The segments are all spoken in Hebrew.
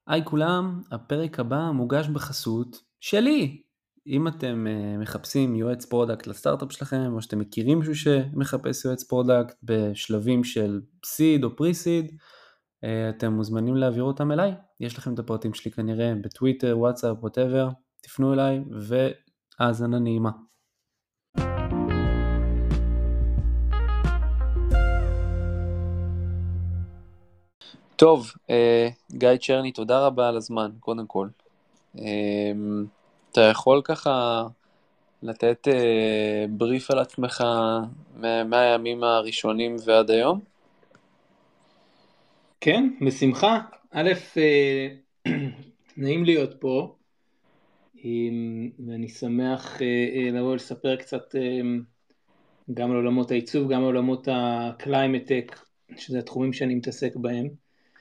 היי כולם, הפרק הבא מוגש בחסות שלי. אם אתם מחפשים יועץ פרודקט לסטארט-אפ שלכם, או שאתם מכירים מישהו שמחפש יועץ פרודקט בשלבים של סיד או פרי-סיד, אתם מוזמנים להעביר אותם אליי. יש לכם את הפרטים שלי כנראה בטוויטר, וואטסאפ, whatever. תפנו אליי והאזנה נעימה. טוב, גיא צ'רני, תודה רבה על הזמן, קודם כל. אתה יכול ככה לתת בריף על עצמך מהימים הראשונים ועד היום? כן, בשמחה. א', נעים להיות פה, ואני שמח לבוא לספר קצת גם על עולמות העיצוב, גם על עולמות ה-Climate Tech, שזה התחומים שאני מתעסק בהם.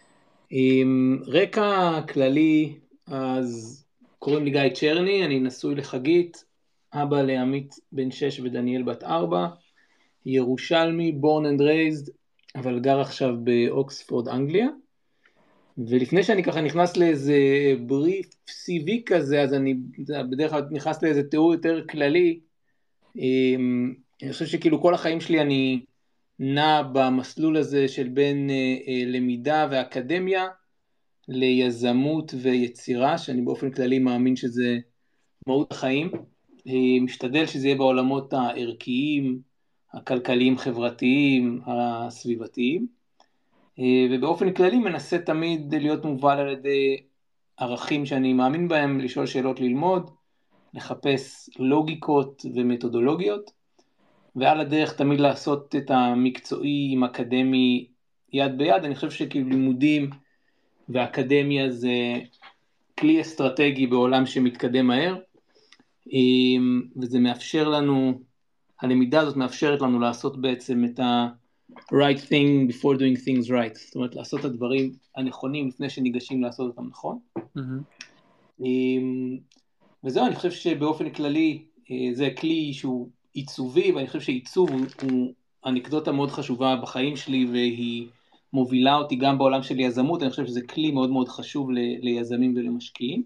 רקע כללי, אז קוראים לי גיא צ'רני, אני נשוי לחגית, אבא לעמית בן 6 ודניאל בת 4, ירושלמי, born and raised, אבל גר עכשיו באוקספורד, אנגליה. ולפני שאני ככה נכנס לאיזה בריף CV כזה, אז אני בדרך כלל נכנס לאיזה תיאור יותר כללי. אני חושב שכאילו כל החיים שלי אני נע במסלול הזה של בין למידה ואקדמיה ליזמות ויצירה, שאני באופן כללי מאמין שזה מהות החיים. משתדל שזה יהיה בעולמות הערכיים, הכלכליים, חברתיים, הסביבתיים. ובאופן כללי מנסה תמיד להיות מובל על ידי ערכים שאני מאמין בהם, לשאול שאלות, ללמוד, לחפש לוגיקות ומתודולוגיות, ועל הדרך תמיד לעשות את המקצועי עם אקדמי יד ביד. אני חושב שכאילו לימודים ואקדמיה זה כלי אסטרטגי בעולם שמתקדם מהר, וזה מאפשר לנו, הלמידה הזאת מאפשרת לנו לעשות בעצם את right thing before doing things right, זאת אומרת לעשות את הדברים הנכונים לפני שניגשים לעשות אותם נכון. וזהו, אני חושב שבאופן כללי זה כלי שהוא עיצובי, ואני חושב שעיצוב הוא אנקדוטה מאוד חשובה בחיים שלי, והיא מובילה אותי גם בעולם של יזמות. אני חושב שזה כלי מאוד מאוד חשוב ליזמים ולמשקיעים.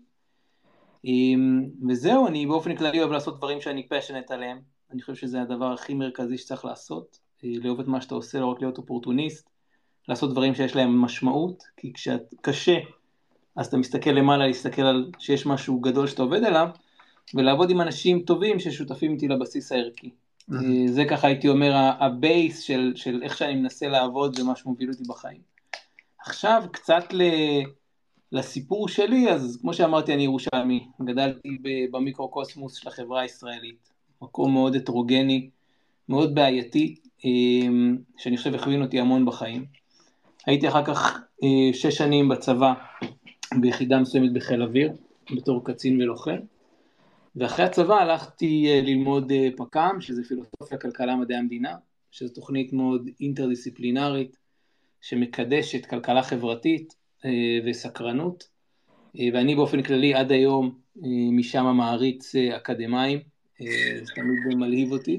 וזהו, אני באופן כללי אוהב לעשות דברים שאני passionate עליהם. אני חושב שזה הדבר הכי מרכזי שצריך לעשות, לאהוב את מה שאתה עושה, לא רק להיות אופורטוניסט, לעשות דברים שיש להם משמעות, כי כשקשה, אז אתה מסתכל למעלה, להסתכל על שיש משהו גדול שאתה עובד עליו, ולעבוד עם אנשים טובים ששותפים איתי לבסיס הערכי. זה ככה הייתי אומר, הבייס של איך שאני מנסה לעבוד ומה שמוביל אותי בחיים. עכשיו קצת לסיפור שלי, אז כמו שאמרתי, אני ירושלמי, גדלתי במיקרוקוסמוס של החברה הישראלית, מקום מאוד הטרוגני, מאוד בעייתי, שאני חושב הכווין אותי המון בחיים. הייתי אחר כך 6 שנים בצבא, ביחידה מסוימת בחיל אוויר, בתור קצין ולוחם, ואחרי הצבא הלכתי ללמוד פק"ם, שזה פילוסופיה, כלכלה, מדעי המדינה, שזו תוכנית מאוד אינטרדיסציפלינרית, שמקדשת כלכלה חברתית וסקרנות, ואני באופן כללי עד היום משם מעריץ אקדמיים, זה תמיד מלהיב אותי.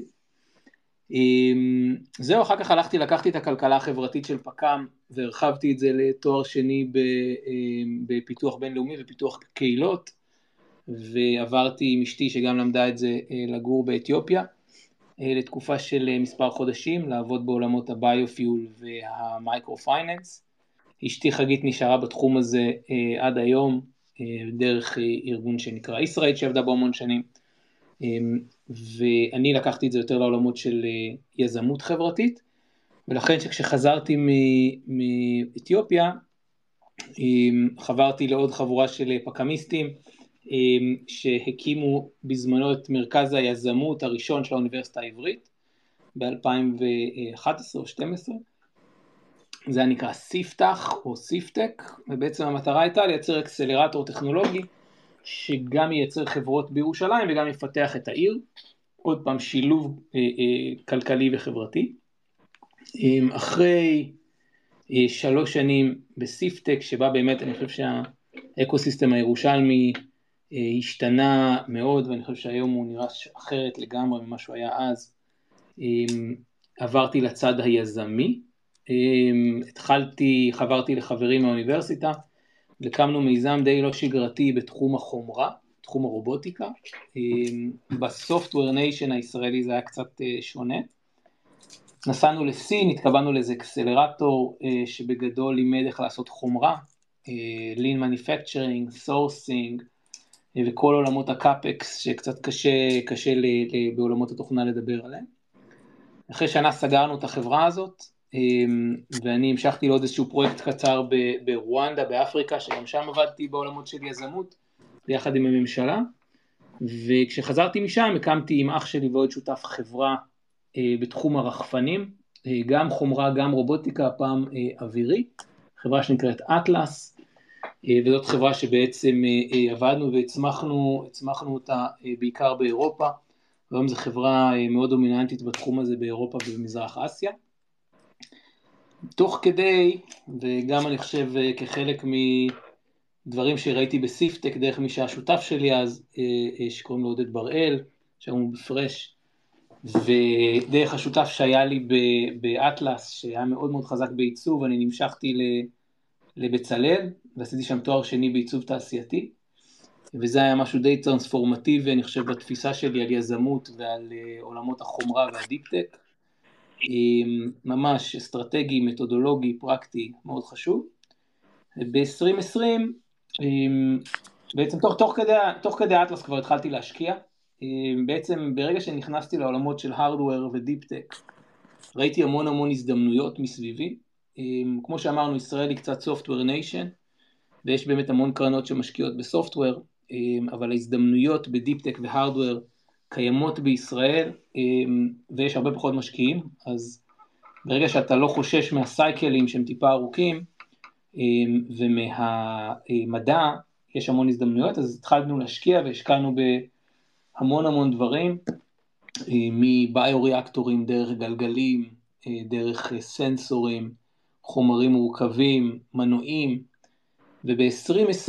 זהו, אחר כך לקחתי את הכלכלה החברתית של פק"ם, והרחבתי את זה לתואר שני בפיתוח בינלאומי ופיתוח קהילות, ועברתי עם אשתי שגם למדה את זה לגור באתיופיה, לתקופה של מספר חודשים, לעבוד בעולמות הביופיול והמייקרו-פייננס. אשתי חגית נשארה בתחום הזה עד היום, דרך ארגון שנקרא ישראל, שעבדה בו המון שנים, ואני לקחתי את זה יותר לעולמות של יזמות חברתית, ולכן שכשחזרתי מאתיופיה, חברתי לעוד חבורה של פק"מיסטים, שהקימו בזמנו את מרכז היזמות הראשון של האוניברסיטה העברית, ב-2011 או 2012, זה היה נקרא סיפתח או סיפטק, ובעצם המטרה הייתה לייצר אקסלרטור טכנולוגי, שגם ייצר חברות בירושלים וגם יפתח את העיר, עוד פעם שילוב כלכלי וחברתי. אחרי 3 שנים בסיפטק, שבה באמת אני חושב שהאקוסיסטם הירושלמי השתנה מאוד, ואני חושב שהיום הוא נראה אחרת לגמרי ממה שהוא היה אז, עברתי לצד היזמי, חברתי לחברים מהאוניברסיטה, והקמנו מיזם די לא שגרתי בתחום החומרה, תחום הרובוטיקה. בסופטוור ניישן הישראלי זה היה קצת שונה. נסענו לסין, התקבלנו לאיזה אקסלרטור שבגדול לימד איך לעשות חומרה, Lean Manufacturing, Sourcing, וכל עולמות הקאפקס שקצת קשה בעולמות התוכנה לדבר עליהם. אחרי שנה סגרנו את החברה הזאת, ואני המשכתי לעוד איזשהו פרויקט קצר ברואנדה, באפריקה, שגם שם עבדתי בעולמות של יזמות, ביחד עם הממשלה, וכשחזרתי משם הקמתי עם אח שלי ועוד שותף חברה בתחום הרחפנים, גם חומרה, גם רובוטיקה, הפעם אווירית, חברה שנקראת אטלס, וזאת חברה שבעצם עבדנו והצמחנו אותה בעיקר באירופה, והיום זו חברה מאוד דומיננטית בתחום הזה באירופה ובמזרח אסיה. תוך כדי, וגם אני חושב כחלק מדברים שראיתי בסיפטק, דרך מי שהשותף שלי אז, שקוראים לו עודד בראל, שהיום הוא בפרש, ודרך השותף שהיה לי באטלס, שהיה מאוד מאוד חזק בעיצוב, אני נמשכתי לבצלאל, ועשיתי שם תואר שני בעיצוב תעשייתי, וזה היה משהו די טרנספורמטיבי, אני חושב, בתפיסה שלי על יזמות ועל עולמות החומרה והדיפ-טק, ממש אסטרטגי, מתודולוגי, פרקטי, מאוד חשוב. ב-2020, בעצם תוך כדי אטלס כבר התחלתי להשקיע, בעצם ברגע שנכנסתי לעולמות של הארדוור ודיפ-טק, ראיתי המון הזדמנויות מסביבי, כמו שאמרנו, ישראל היא קצת סופטוור ניישן, ויש באמת המון קרנות שמשקיעות בסופטוור, אבל ההזדמנויות בדיפ-טק והארדוור קיימות בישראל, ויש הרבה פחות משקיעים, אז ברגע שאתה לא חושש מהסייקלים שהם טיפה ארוכים, ומהמדע יש המון הזדמנויות, אז התחלנו להשקיע והשקענו בהמון דברים, מביוריאקטורים, דרך גלגלים, דרך סנסורים, חומרים מורכבים, מנועים, וב-2020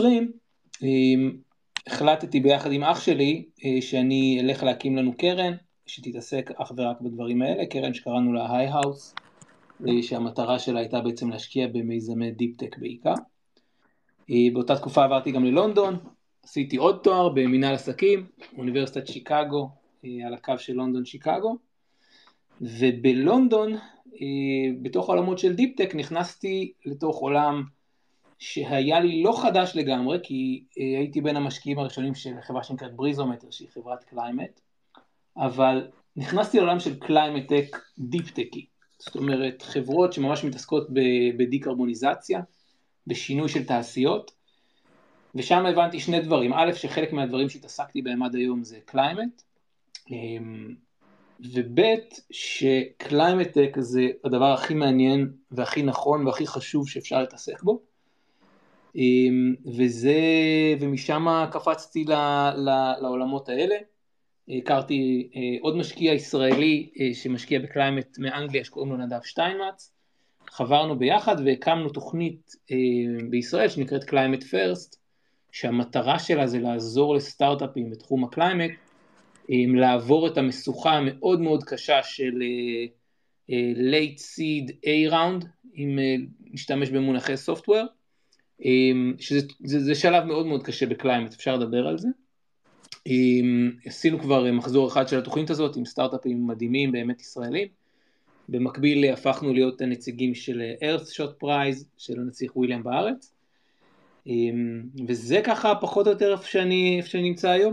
החלטתי ביחד עם אח שלי שאני אלך להקים לנו קרן, שתתעסק אך ורק בדברים האלה, קרן שקראנו לה היי האוס, שהמטרה שלה הייתה בעצם להשקיע במיזמי דיפ-טק בעיקר. באותה תקופה עברתי גם ללונדון, עשיתי עוד תואר במנהל עסקים, אוניברסיטת שיקגו, על הקו של לונדון שיקגו, ובלונדון, בתוך העולמות של דיפ-טק, נכנסתי לתוך עולם שהיה לי לא חדש לגמרי, כי הייתי בין המשקיעים הראשונים של חברה שנקראת בריזומטר, שהיא חברת קליימט, אבל נכנסתי לעולם של קליימט-טק דיפ-טקי, זאת אומרת חברות שממש מתעסקות בדיקרבוניזציה, בשינוי של תעשיות, ושם הבנתי שני דברים, א', שחלק מהדברים שהתעסקתי בהם עד היום זה קליימט, וב' שקליימט-טק זה הדבר הכי מעניין והכי נכון והכי חשוב שאפשר להתעסק בו, ומשם קפצתי לעולמות האלה. הכרתי עוד משקיע ישראלי שמשקיע בקליימט מאנגליה שקוראים לו נדב שטיינמץ, חברנו ביחד והקמנו תוכנית בישראל שנקראת קליימט פרסט, שהמטרה שלה זה לעזור לסטארט-אפים בתחום הקליימט, לעבור את המשוכה המאוד מאוד קשה של late seed A round, אם נשתמש במונחי סופטוור, שזה שלב מאוד מאוד קשה בקליימט, אפשר לדבר על זה. עשינו כבר מחזור אחד של התוכנית הזאת עם סטארט-אפים מדהימים באמת ישראלים, במקביל הפכנו להיות הנציגים של Earthshot Prize של הנציג וויליאם בארץ, וזה ככה פחות או יותר איפה שאני נמצא היום.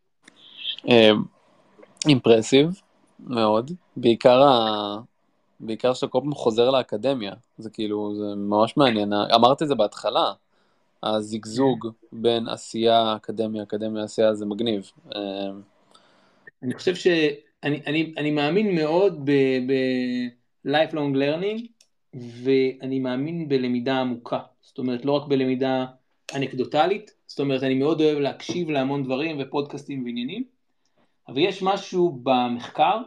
אימפרסיב מאוד, בעיקר שאתה כל פעם חוזר לאקדמיה, זה כאילו, זה ממש מעניין, אמרת את זה בהתחלה, הזיגזוג בין עשייה, אקדמיה, עשייה, זה מגניב. אני חושב שאני מאמין מאוד ב-lifelong learning, ואני מאמין בלמידה עמוקה, זאת אומרת לא רק בלמידה אנקדוטלית, זאת אומרת אני מאוד אוהב להקשיב להמון דברים ופודקאסטים ועניינים, אבל יש משהו במחקר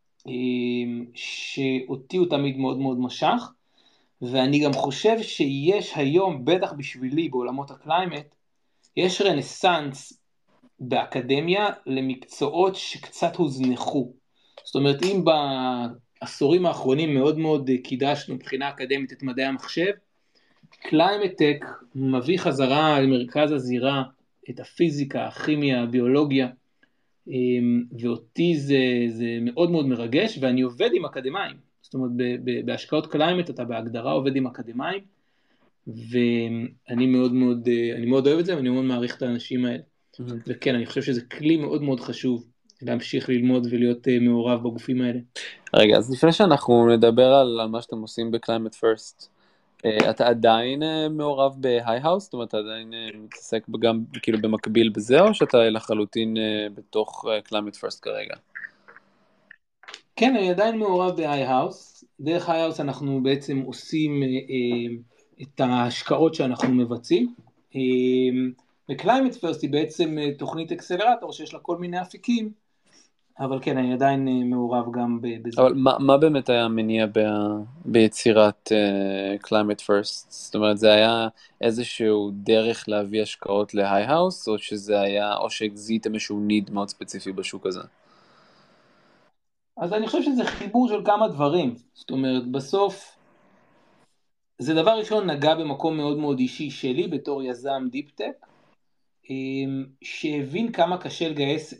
שאותי הוא תמיד מאוד מאוד משך, ואני גם חושב שיש היום, בטח בשבילי בעולמות הקליימט, יש רנסנס באקדמיה למקצועות שקצת הוזנחו. זאת אומרת, אם בעשורים האחרונים מאוד מאוד קידשנו מבחינה אקדמית את מדעי המחשב, קליימט טק מביא חזרה למרכז הזירה את הפיזיקה, הכימיה, הביולוגיה, ואותי זה מאוד מאוד מרגש, ואני עובד עם אקדמיים, זאת אומרת בהשקעות קליימט אתה בהגדרה עובד עם אקדמיים, ואני מאוד מאוד, אני מאוד אוהב את זה, ואני מאוד מעריך את האנשים האלה, וכן, אני חושב שזה כלי מאוד מאוד חשוב, להמשיך ללמוד ולהיות מעורב בגופים האלה. רגע, אז לפני שאנחנו נדבר על מה שאתם עושים ב-Climate First, אתה עדיין מעורב ב-High House? זאת אומרת, אתה עדיין מתעסק גם כאילו במקביל בזה, או שאתה לחלוטין בתוך Climate First כרגע? כן, אני עדיין מעורב ב-High House. דרך High House אנחנו בעצם עושים את ההשקעות שאנחנו מבצעים. ו-Climate First היא בעצם תוכנית אקסלרטור שיש לה כל מיני אפיקים, אבל כן, אני עדיין מעורב גם בזה. אבל מה באמת היה המניע ביצירת Climate First? זאת אומרת, זה היה איזשהו דרך להביא השקעות ל-High House, או שזה היה, או שהגזיתם איזשהו ניד מאוד ספציפי בשוק הזה? אז אני חושב שזה חיבור של כמה דברים. זאת אומרת, בסוף, זה דבר ראשון נגע במקום מאוד מאוד אישי שלי בתור יזם דיפ-טק, שהבין כמה קשה לגייס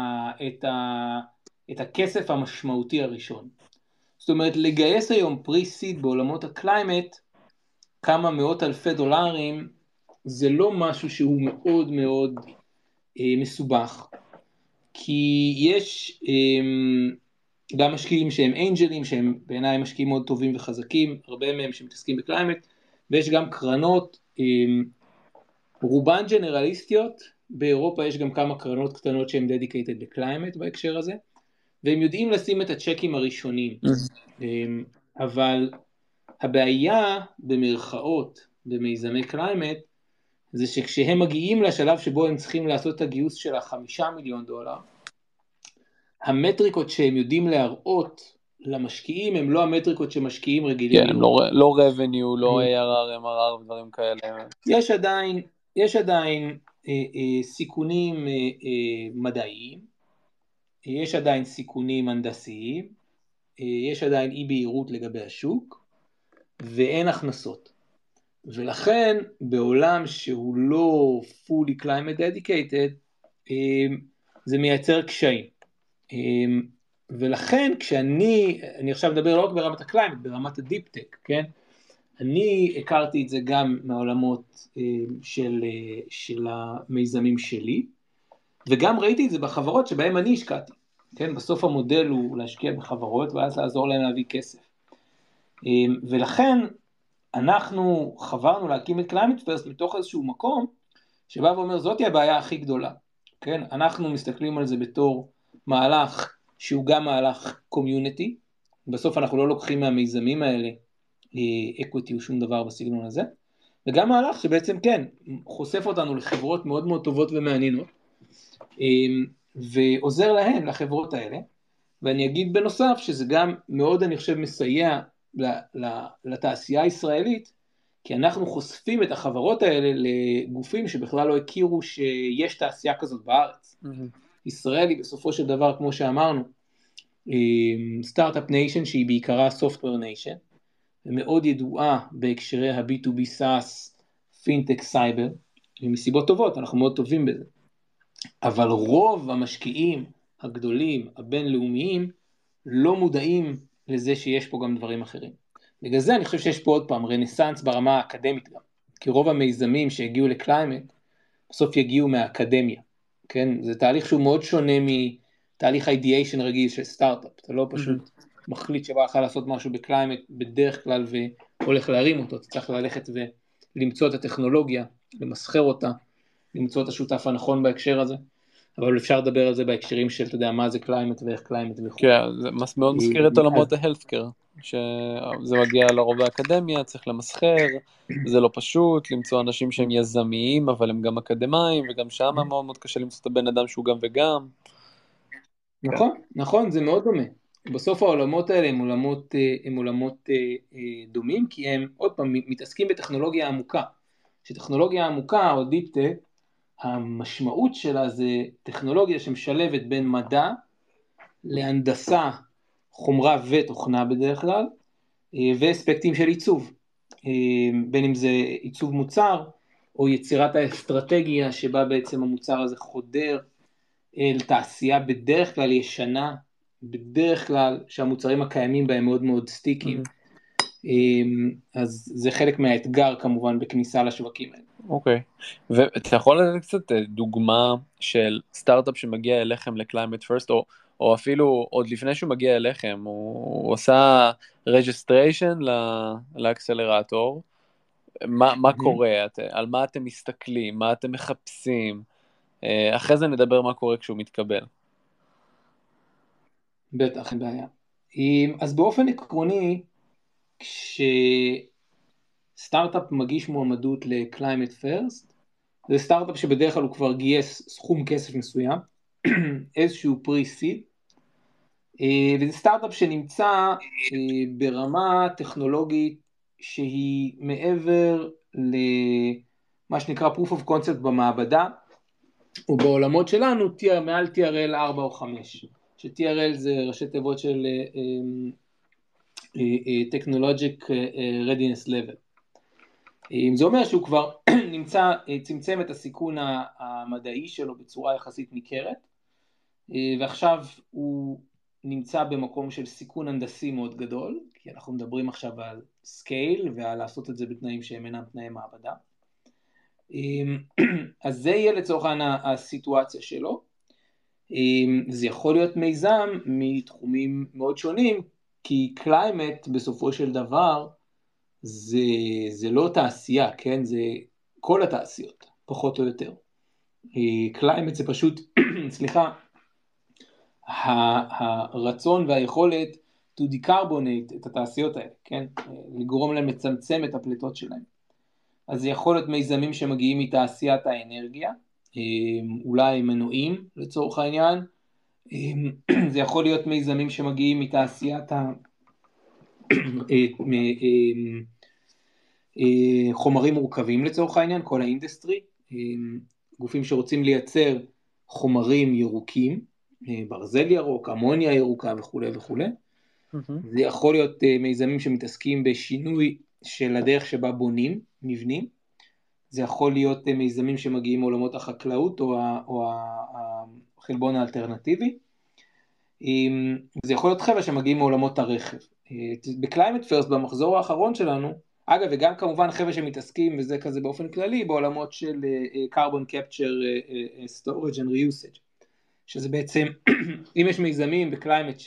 את הכסף המשמעותי הראשון. זאת אומרת, לגייס היום פרי-סיד בעולמות הקליימט, כמה מאות אלפי דולרים, זה לא משהו שהוא מאוד מאוד מסובך, כי יש גם משקיעים שהם אנג'לים, שהם בעיניי משקיעים מאוד טובים וחזקים, הרבה מהם שמתעסקים בקליימט, ויש גם קרנות, רובן ג'נרליסטיות, באירופה יש גם כמה קרנות קטנות שהן dedicated לקליימט בהקשר הזה, והם יודעים לשים את הצ'קים הראשונים, אבל הבעיה במרכאות במיזמי קליימט, זה שכשהם מגיעים לשלב שבו הם צריכים לעשות את הגיוס של $5 מיליון, המטריקות שהם יודעים להראות למשקיעים, הם לא המטריקות שמשקיעים רגילים. כן, הם לא revenue, לא ARR, MRR ודברים כאלה. יש עדיין סיכונים מדעיים, יש עדיין סיכונים הנדסיים, יש עדיין אי בהירות לגבי השוק, ואין הכנסות. ולכן בעולם שהוא לא fully climate dedicated, זה מייצר קשיים. ולכן כשאני עכשיו מדבר לא רק ברמת הקליימט, ברמת הדיפ-טק, כן? אני הכרתי את זה גם מהעולמות של המיזמים שלי, וגם ראיתי את זה בחברות שבהן אני השקעתי, כן? בסוף המודל הוא להשקיע בחברות, ואז לעזור להם להביא כסף. ולכן אנחנו חברנו להקים את Climate First מתוך איזשהו מקום, שבא ואומר, זאת היא הבעיה הכי גדולה, כן? אנחנו מסתכלים על זה בתור מהלך שהוא גם מהלך קומיוניטי, בסוף אנחנו לא לוקחים מהמיזמים האלה אקוויטי או שום דבר בסגנון הזה, וגם מהלך שבעצם כן, חושף אותנו לחברות מאוד מאוד טובות ומעניינות, ועוזר להם, לחברות האלה, ואני אגיד בנוסף שזה גם מאוד אני חושב מסייע לתעשייה הישראלית, כי אנחנו חושפים את החברות האלה לגופים שבכלל לא הכירו שיש תעשייה כזאת בארץ. ישראל היא בסופו של דבר, כמו שאמרנו, סטארט-אפ ניישן שהיא בעיקרה סופטוור ניישן, ומאוד ידועה בהקשרי ה-B2B SaaS, פינטק, סייבר, ומסיבות טובות, אנחנו מאוד טובים בזה. אבל רוב המשקיעים הגדולים, הבינלאומיים, לא מודעים לזה שיש פה גם דברים אחרים. בגלל זה אני חושב שיש פה עוד פעם רנסנס ברמה האקדמית גם, כי רוב המיזמים שהגיעו לקליימט, בסוף יגיעו מהאקדמיה, כן? זה תהליך שהוא מאוד שונה מתהליך האידיאשן רגיל של סטארט-אפ, אתה לא פשוט מחליט שבא לך לעשות משהו בקליימט בדרך כלל והולך להרים אותו, אתה צריך ללכת ולמצוא את הטכנולוגיה, למסחר אותה, למצוא את השותף הנכון בהקשר הזה, אבל אפשר לדבר על זה בהקשרים של, אתה יודע, מה זה קליימט ואיך קליימט וכו'. כן, זה מאוד מזכיר את עולמות ההלפקר, שזה מגיע לרוב האקדמיה, צריך למסחר, זה לא פשוט, למצוא אנשים שהם יזמיים, אבל הם גם אקדמיים, וגם שם מאוד מאוד קשה למצוא את הבן אדם שהוא גם וגם. נכון, זה מאוד דומה. בסוף העולמות האלה הם עולמות דומים, כי הם עוד פעם מתעסקים בטכנולוגיה עמוקה. שטכנולוגיה עמוקה או דיפ-טק, המשמעות שלה זה טכנולוגיה שמשלבת בין מדע להנדסה, חומרה ותוכנה בדרך כלל, ואספקטים של עיצוב. בין אם זה עיצוב מוצר, או יצירת האסטרטגיה שבה בעצם המוצר הזה חודר אל תעשייה בדרך כלל ישנה, בדרך כלל שהמוצרים הקיימים בהם מאוד מאוד סטיקים, אז זה חלק מהאתגר כמובן בכניסה לשווקים האלה. אוקיי, ואתה יכול לתת קצת דוגמה של סטארט-אפ שמגיע אליכם ל-Climate First, או אפילו עוד לפני שהוא מגיע אליכם, הוא עושה registration לאקסלרטור, מה קורה, על מה אתם מסתכלים, מה אתם מחפשים, אחרי זה נדבר מה קורה כשהוא מתקבל. בטח, אין בעיה. אז באופן עקרוני, כשסטארט-אפ מגיש מועמדות ל-Climate First, זה סטארט-אפ שבדרך כלל הוא כבר גייס סכום כסף מסוים, איזשהו פרי-סיד, וזה סטארט-אפ שנמצא ברמה טכנולוגית שהיא מעבר למה שנקרא proof of concept במעבדה, ובעולמות שלנו מעל TRL 4 או 5, ש-TRL זה ראשי תיבות של Technologic Readiness Level. זה אומר שהוא כבר צמצם את הסיכון המדעי שלו בצורה יחסית ניכרת, ועכשיו הוא נמצא במקום של סיכון הנדסי מאוד גדול, כי אנחנו מדברים עכשיו על סקייל ועל לעשות את זה בתנאים שהם אינם תנאי מעבדה. אז זה יהיה לצורך הסיטואציה שלו. זה יכול להיות מיזם מתחומים מאוד שונים, כי קליימט בסופו של דבר זה לא תעשייה, כן? זה כל התעשיות, פחות או יותר. קליימט זה פשוט, סליחה, הרצון והיכולת to decarbonate את התעשיות האלה, כן? לגרום להם לצמצם את הפליטות שלהם. אז זה יכול להיות מיזמים שמגיעים מתעשיית האנרגיה, אולי מנועים לצורך העניין, זה יכול להיות מיזמים שמגיעים מתעשיית חומרים מורכבים לצורך העניין, כל האינדסטרי, גופים שרוצים לייצר חומרים ירוקים, ברזל ירוק, אמוניה ירוקה וכו' וכו'. זה יכול להיות מיזמים שמתעסקים בשינוי של הדרך שבה בונים מבנים, זה יכול להיות מיזמים שמגיעים מעולמות החקלאות או החלבון האלטרנטיבי, זה יכול להיות חבר'ה שמגיעים מעולמות הרכב. בקליימט פרסט במחזור האחרון שלנו, אגב וגם כמובן חבר'ה שמתעסקים וזה כזה באופן כללי בעולמות של carbon capture, storage and reusage, שזה בעצם אם יש מיזמים בקליימט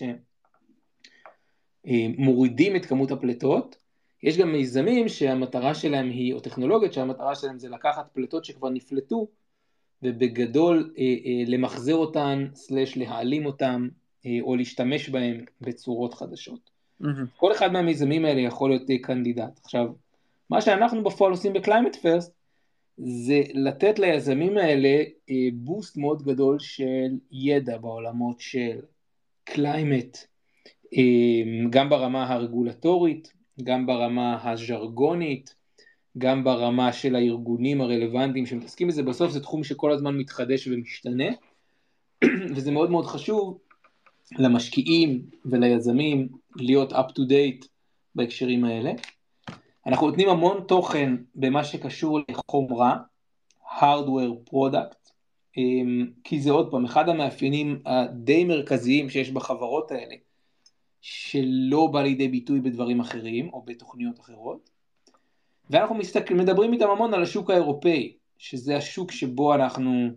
שמורידים את כמות הפלטות, יש גם מיזמים שהמטרה שלהם היא, או טכנולוגיות שהמטרה שלהם זה לקחת פלטות שכבר נפלטו, ובגדול למחזר אותן, סלש להעלים אותן, או להשתמש בהם בצורות חדשות. כל אחד מהמיזמים האלה יכול להיות קנדידט. עכשיו, מה שאנחנו בפועל עושים בקליימט פרסט, זה לתת ליזמים האלה בוסט מאוד גדול של ידע בעולמות של קליימט, גם ברמה הרגולטורית, גם ברמה הז'רגונית, גם ברמה של הארגונים הרלוונטיים שמתעסקים בזה. בסוף זה תחום שכל הזמן מתחדש ומשתנה, וזה מאוד מאוד חשוב למשקיעים וליזמים להיות up to date בהקשרים האלה. אנחנו נותנים המון תוכן במה שקשור לחומרה, hardware product, כי זה עוד פעם אחד המאפיינים הדי מרכזיים שיש בחברות האלה, שלא בא לידי ביטוי בדברים אחרים או בתוכניות אחרות. ואנחנו מדברים איתם המון על השוק האירופאי, שזה השוק שבו אנחנו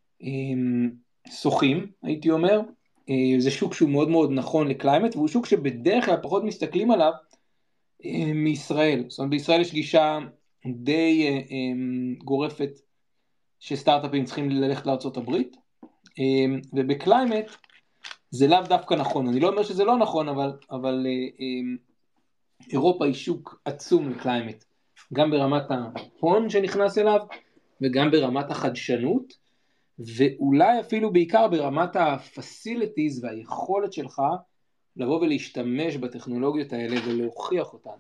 שוחים, הייתי אומר. זה שוק שהוא מאוד מאוד נכון לקליימט, והוא שוק שבדרך כלל פחות מסתכלים עליו מישראל. זאת אומרת, בישראל יש גישה די גורפת שסטארט-אפים צריכים ללכת לארצות הברית, ובקליימט זה לאו דווקא נכון. אני לא אומר שזה לא נכון, אבל אירופה היא שוק עצום לקליימט, גם ברמת ההון שנכנס אליו, וגם ברמת החדשנות, ואולי אפילו בעיקר ברמת ה-facilities והיכולת שלך לבוא ולהשתמש בטכנולוגיות האלה ולהוכיח אותן.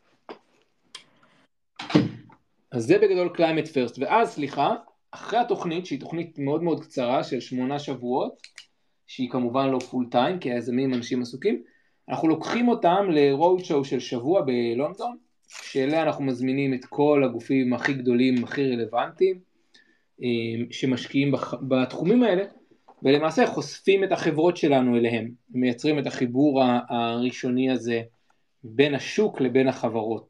אז זה בגדול Climate First. ואז סליחה, אחרי התוכנית, שהיא תוכנית מאוד מאוד קצרה של 8 שבועות, שהיא כמובן לא פול טיים, כי היזמים אנשים עסוקים, אנחנו לוקחים אותם לרוד שואו של שבוע בלונדון, שאליה אנחנו מזמינים את כל הגופים הכי גדולים, הכי רלוונטיים, שמשקיעים בתחומים האלה, ולמעשה חושפים את החברות שלנו אליהם, מייצרים את החיבור הראשוני הזה בין השוק לבין החברות.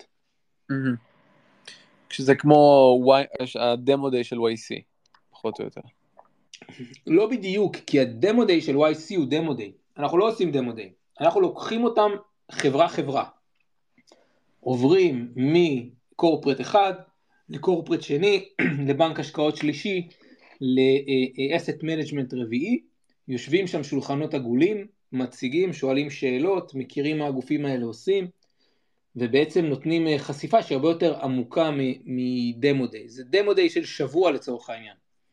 כשזה כמו הדמו דיי של YC, פחות או יותר. לא בדיוק, כי הדמו דיי של YC הוא דמו דיי. אנחנו לא עושים דמו דיי. אנחנו לוקחים אותם חברה. עוברים מקורפרט אחד לקורפרט שני, לבנק השקעות שלישי, לאסט מנג'מנט רביעי, יושבים שם שולחנות עגולים, מציגים, שואלים שאלות, מכירים מה הגופים האלה עושים, ובעצם נותנים חשיפה שהרבה יותר עמוקה מדמו דיי. זה דמו דיי של שבוע לצורך העניין.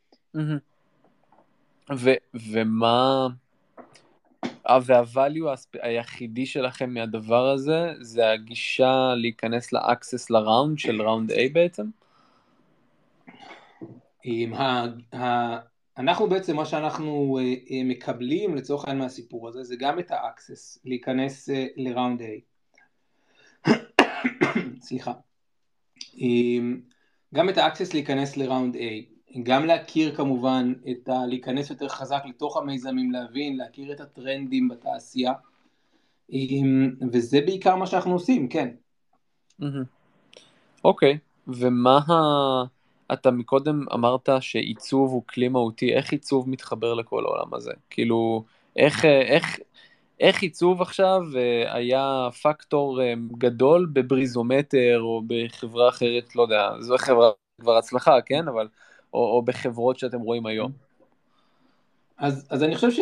ומה, והvalue היחידי שלכם מהדבר הזה, זה הגישה להיכנס לאקסס לראונד של ראונד A בעצם? אנחנו בעצם, מה שאנחנו מקבלים לצורך העניין מהסיפור הזה, זה גם את האקסס להיכנס לראונד A. סליחה. גם את האקסס להיכנס לראונד A. גם להכיר כמובן, להיכנס יותר חזק לתוך המיזמים, להכיר את הטרנדים בתעשייה, וזה בעיקר מה שאנחנו עושים, כן. אוקיי, ומה, אתה מקודם אמרת שעיצוב הוא כלי מהותי, איך עיצוב מתחבר לכל העולם הזה? כאילו, איך עיצוב עכשיו היה פקטור גדול בבריזומטר או בחברה אחרת, לא יודע, זו חברה כבר הצלחה, כן? אבל או בחברות שאתם רואים היום. אז אני חושב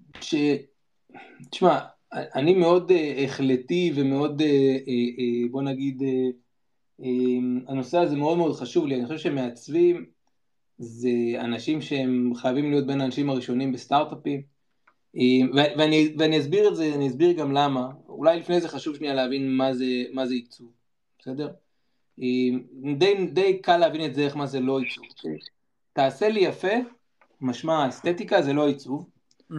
תשמע, אני מאוד החלטי ומאוד, בוא נגיד, הנושא הזה מאוד מאוד חשוב לי. אני חושב שמעצבים זה אנשים שהם חייבים להיות בין האנשים הראשונים בסטארט-אפים, ואני אסביר את זה, אני אסביר גם למה. אולי לפני זה חשוב שנייה להבין מה זה עיצוב, בסדר? די קל להבין את זה, איך מה זה לא עיצוב. תעשה לי יפה, משמע אסתטיקה זה לא עיצוב,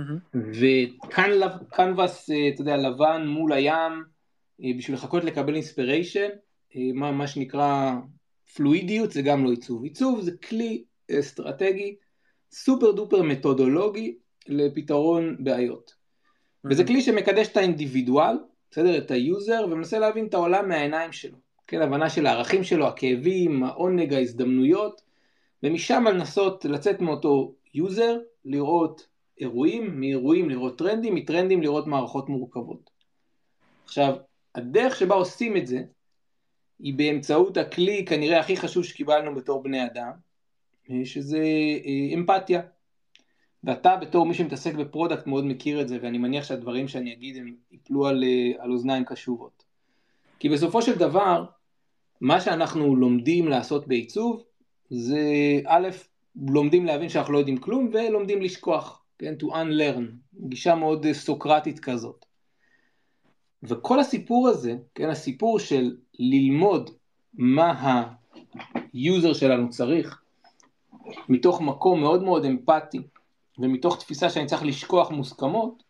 וקנבס, אתה יודע, לבן מול הים, בשביל לחכות לקבל אינספיריישן, מה שנקרא פלואידיות, זה גם לא עיצוב. עיצוב זה כלי אסטרטגי, סופר דופר מתודולוגי, לפתרון בעיות. וזה כלי שמקדש את האינדיבידואל, בסדר, את היוזר, ומנסה להבין את העולם מהעיניים שלו. כן, הבנה של הערכים שלו, הכאבים, העונג, ההזדמנויות, ומשם לנסות לצאת מאותו יוזר, לראות אירועים, מאירועים לראות טרנדים, מטרנדים לראות מערכות מורכבות. עכשיו, הדרך שבה עושים את זה, היא באמצעות הכלי כנראה הכי חשוב שקיבלנו בתור בני אדם, שזה אמפתיה. ואתה בתור מי שמתעסק בפרודקט מאוד מכיר את זה, ואני מניח שהדברים שאני אגיד הם ייפלו על אוזניים קשובות. כי בסופו של דבר, מה שאנחנו לומדים לעשות בעיצוב, זה א', לומדים להבין שאנחנו לא יודעים כלום, ולומדים לשכוח, כן, to unlearn, גישה מאוד סוקרטית כזאת. וכל הסיפור הזה, כן, הסיפור של ללמוד מה היוזר שלנו צריך, מתוך מקום מאוד מאוד אמפתי, ומתוך תפיסה שאני צריך לשכוח מוסכמות,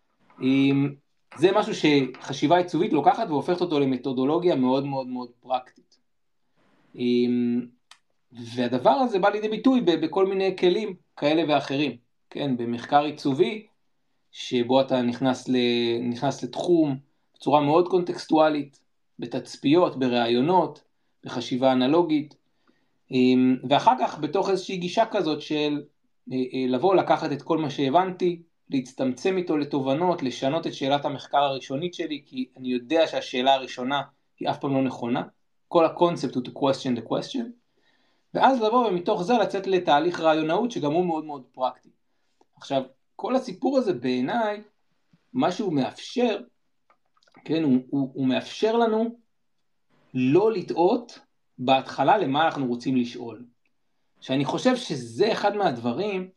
זה משהו שחשיבה עיצובית לוקחת והופכת אותו למתודולוגיה מאוד מאוד מאוד פרקטית. והדבר הזה בא לידי ביטוי בכל מיני כלים כאלה ואחרים, כן, במחקר עיצובי, שבו אתה נכנס לתחום בצורה מאוד קונטקסטואלית, בתצפיות, ברעיונות, בחשיבה אנלוגית, ואחר כך בתוך איזושהי גישה כזאת של לבוא לקחת את כל מה שהבנתי, להצטמצם איתו לתובנות, לשנות את שאלת המחקר הראשונית שלי, כי אני יודע שהשאלה הראשונה היא אף פעם לא נכונה, כל הקונספט הוא to question the question, ואז לבוא ומתוך זה לצאת לתהליך רעיונאות שגם הוא מאוד מאוד פרקטי. עכשיו, כל הסיפור הזה בעיניי, מה שהוא מאפשר, כן, הוא מאפשר לנו לא לטעות בהתחלה למה אנחנו רוצים לשאול. שאני חושב שזה אחד מהדברים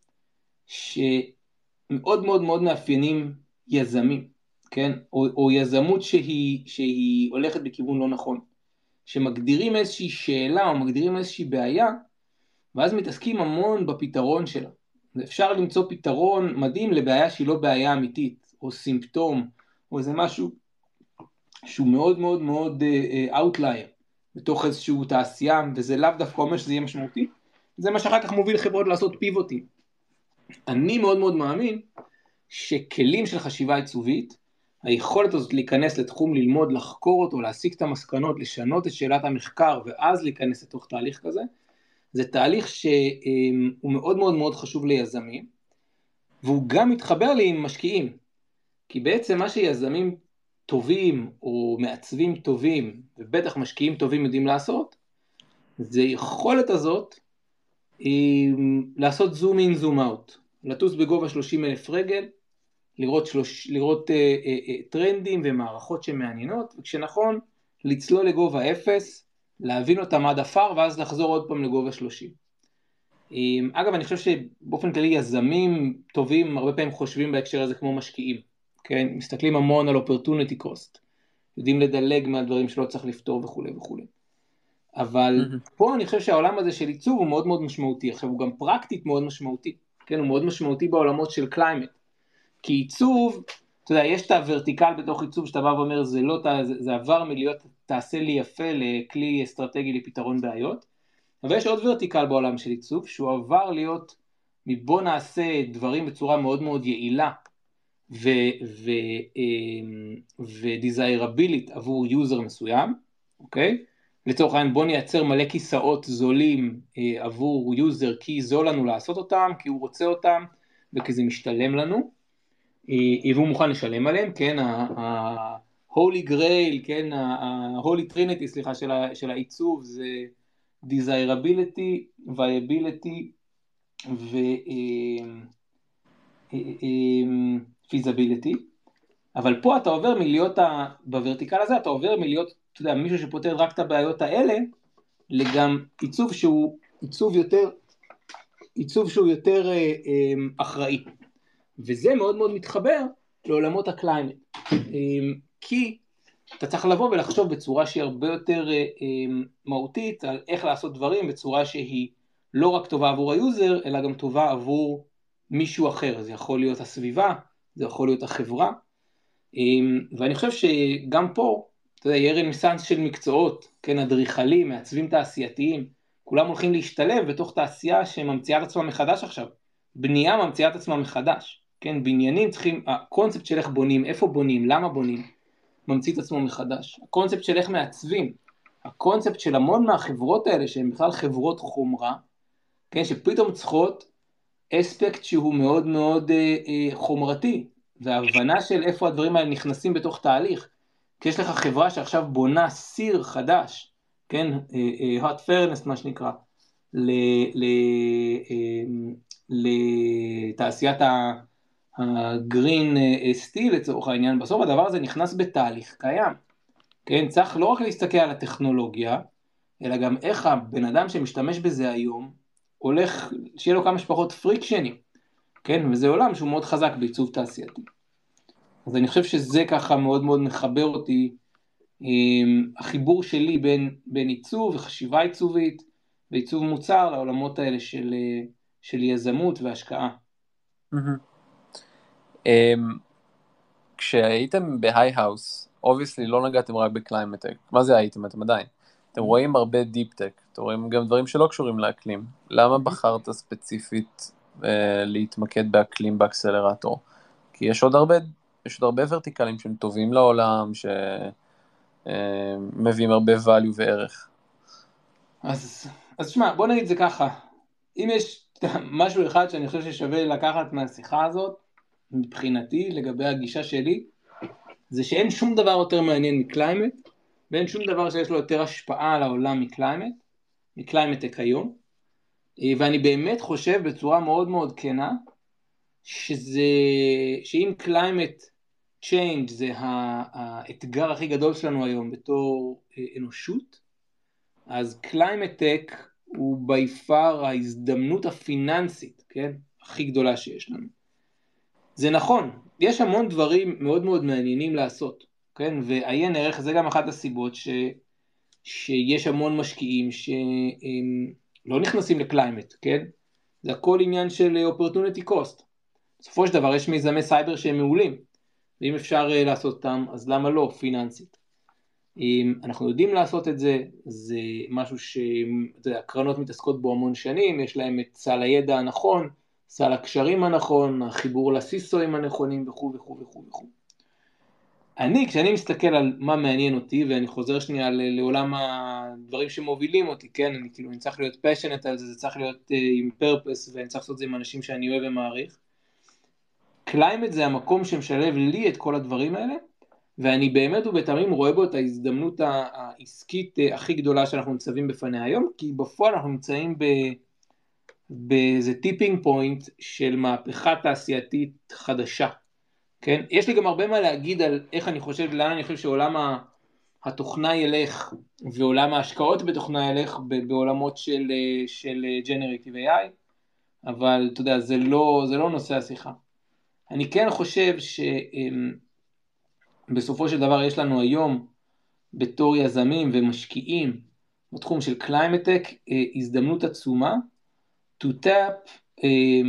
שמאוד מאוד מאוד מאפיינים יזמים, כן? או יזמות שהיא הולכת בכיוון לא נכון. שמגדירים איזושהי שאלה או מגדירים איזושהי בעיה, ואז מתעסקים המון בפתרון שלה. אפשר למצוא פתרון מדהים לבעיה שהיא לא בעיה אמיתית, או סימפטום, או איזה משהו שהוא מאוד מאוד מאוד outlier. בתוך איזשהו תעשייה, וזה לאו דווקא אומר שזה יהיה משמעותי, זה מה שאחר כך מוביל חברות לעשות פיבוטים. אני מאוד מאוד מאמין שכלים של חשיבה עיצובית, היכולת הזאת להיכנס לתחום, ללמוד, לחקור אותו, להסיק את המסקנות, לשנות את שאלת המחקר, ואז להיכנס לתוך תהליך כזה, זה תהליך שהוא מאוד מאוד מאוד חשוב ליזמים, והוא גם מתחבר לי עם משקיעים, כי בעצם מה שיזמים טובים, או מעצבים טובים, ובטח משקיעים טובים יודעים לעשות, זה יכולת הזאת, לעשות זום אין זום אאוט, לטוס בגובה 30,000 רגל, לראות טרנדים ומערכות שמעניינות, וכשנכון, לצלול לגובה 0, להבין אותם עד אפר, ואז לחזור עוד פעם לגובה 30. אגב, אני חושב שבאופן כללי יזמים טובים, הרבה פעמים חושבים בהקשר הזה כמו משקיעים, כן? מסתכלים המון על opportunity cost, יודעים לדלג מהדברים שלא צריך לפתור וכו' וכו'. אבל פה אני חושב שהעולם הזה של עיצוב הוא מאוד מאוד משמעותי, עכשיו הוא גם פרקטית מאוד משמעותי, כן? הוא מאוד משמעותי בעולמות של קליימט, כי עיצוב, אתה יודע, יש את הוורטיקל בתוך עיצוב שאתה בא ואומר, זה עבר מלהיות תעשה לי יפה לכלי אסטרטגי לפתרון בעיות, אבל יש עוד ורטיקל בעולם של עיצוב, שהוא עבר להיות מבוא נעשה דברים בצורה מאוד מאוד יעילה, ודיזיירבילית עבור יוזר מסוים, אוקיי? לצורך העניין בוא נייצר מלא כיסאות זולים עבור יוזר, כי זול לנו לעשות אותם, כי הוא רוצה אותם, וכי זה משתלם לנו, והוא מוכן לשלם עליהם, כן, ה-Holy Grail, כן, ה-Holy Trinity, סליחה, של העיצוב, זה desirability, viability, ו-feasibility, אבל פה אתה עובר מלהיות, בוורטיקל הזה, אתה עובר מלהיות, אתה יודע, מישהו שפותר רק את הבעיות האלה, לגם עיצוב שהוא יותר אחראי. וזה מאוד מאוד מתחבר לעולמות הקליימט, כי אתה צריך לבוא ולחשוב בצורה שהיא הרבה יותר מהותית, על איך לעשות דברים בצורה שהיא לא רק טובה עבור היוזר, אלא גם טובה עבור מישהו אחר, זה יכול להיות הסביבה, זה יכול להיות החברה, ואני חושב שגם פה, אתה יודע, יהיה רנסנס של מקצועות, כן, אדריכלים, מעצבים תעשייתיים, כולם הולכים להשתלב בתוך תעשייה שממציאה את עצמה מחדש עכשיו, בנייה ממציאה את עצמה מחדש, כן, בניינים צריכים, הקונספט של איך בונים, איפה בונים, למה בונים, ממציא את עצמו מחדש, הקונספט של איך מעצבים, הקונספט של המון מהחברות האלה, שהן בכלל חברות חומרה, כן, שפתאום צריכות אספקט שהוא מאוד מאוד חומרתי, וההבנה של איפה הדברים האלה נכנסים בתוך תהליך, כי יש לך חברה שעכשיו בונה סיר חדש, כן, hot furnace מה שנקרא, לתעשיית הגרין סטיל לצורך העניין, בסוף הדבר הזה נכנס בתהליך קיים, כן, צריך לא רק להסתכל על הטכנולוגיה, אלא גם איך הבן אדם שמשתמש בזה היום, הולך, שיהיה לו כמה שפחות פריקשנים, כן, וזה עולם שהוא מאוד חזק בעיצוב תעשייתי. אז אני חושב שזה ככה מאוד מאוד מחבר אותי, החיבור שלי בין עיצוב וחשיבה עיצובית, ועיצוב מוצר לעולמות האלה של יזמות והשקעה. כשהייתם בהיי-האוס, obviously לא נגעתם רק בקליימט-טק, מה זה הייתם? אתם עדיין. אתם רואים הרבה דיפ-טק, אתם רואים גם דברים שלא קשורים לאקלים. למה בחרת ספציפית להתמקד באקלים באקסלרטור? כי יש עוד הרבה ורטיקלים שהם טובים לעולם, שמביאים הרבה value וערך. אז שמע, בוא נגיד זה ככה, אם יש משהו אחד שאני חושב ששווה לקחת מהשיחה הזאת, מבחינתי, לגבי הגישה שלי, זה שאין שום דבר יותר מעניין מקליימט, ואין שום דבר שיש לו יותר השפעה על העולם מקליימט היום, ואני באמת חושב בצורה מאוד מאוד כנה, שאם climate change זה האתגר הכי גדול שלנו היום בתור אנושות, אז climate tech הוא by far ההזדמנות הפיננסית, כן? הכי גדולה שיש לנו. זה נכון, יש המון דברים מאוד מאוד מעניינים לעשות, כן? ועיין ערך, זה גם אחת הסיבות שיש המון משקיעים שלא נכנסים לקליימט, כן? זה הכל עניין של opportunity cost. בסופו של דבר יש מיזמי סייבר שהם מעולים, ואם אפשר לעשות אותם, אז למה לא פיננסית? אנחנו יודעים לעשות את זה, זה משהו שהקרנות מתעסקות בו המון שנים, יש להם את סל הידע הנכון, סל הקשרים הנכון, החיבור לסיסויים הנכונים וכו' וכו' וכו' וכו'. כשאני מסתכל על מה מעניין אותי, ואני חוזר שנייה לעולם הדברים שמובילים אותי, כן, אני צריך להיות passionate על זה, זה צריך להיות עם purpose, ואני צריך לעשות את זה עם אנשים שאני אוהב ומעריך. קליימט זה המקום שמשלב לי את כל הדברים האלה, ואני באמת ובתמים רואה בו את ההזדמנות העסקית הכי גדולה שאנחנו ניצבים בפניה היום, כי בפועל אנחנו נמצאים באיזה טיפינג פוינט של מהפכה תעשייתית חדשה. כן? יש לי גם הרבה מה להגיד על איך אני חושב, לאן אני חושב שעולם התוכנה ילך, ועולם ההשקעות בתוכנה ילך בעולמות של Generative AI, אבל אתה יודע, זה לא נושא השיחה. אני כן חושב שבסופו של דבר יש לנו היום, בתור יזמים ומשקיעים, בתחום של Climate Tech, הזדמנות עצומה, to tap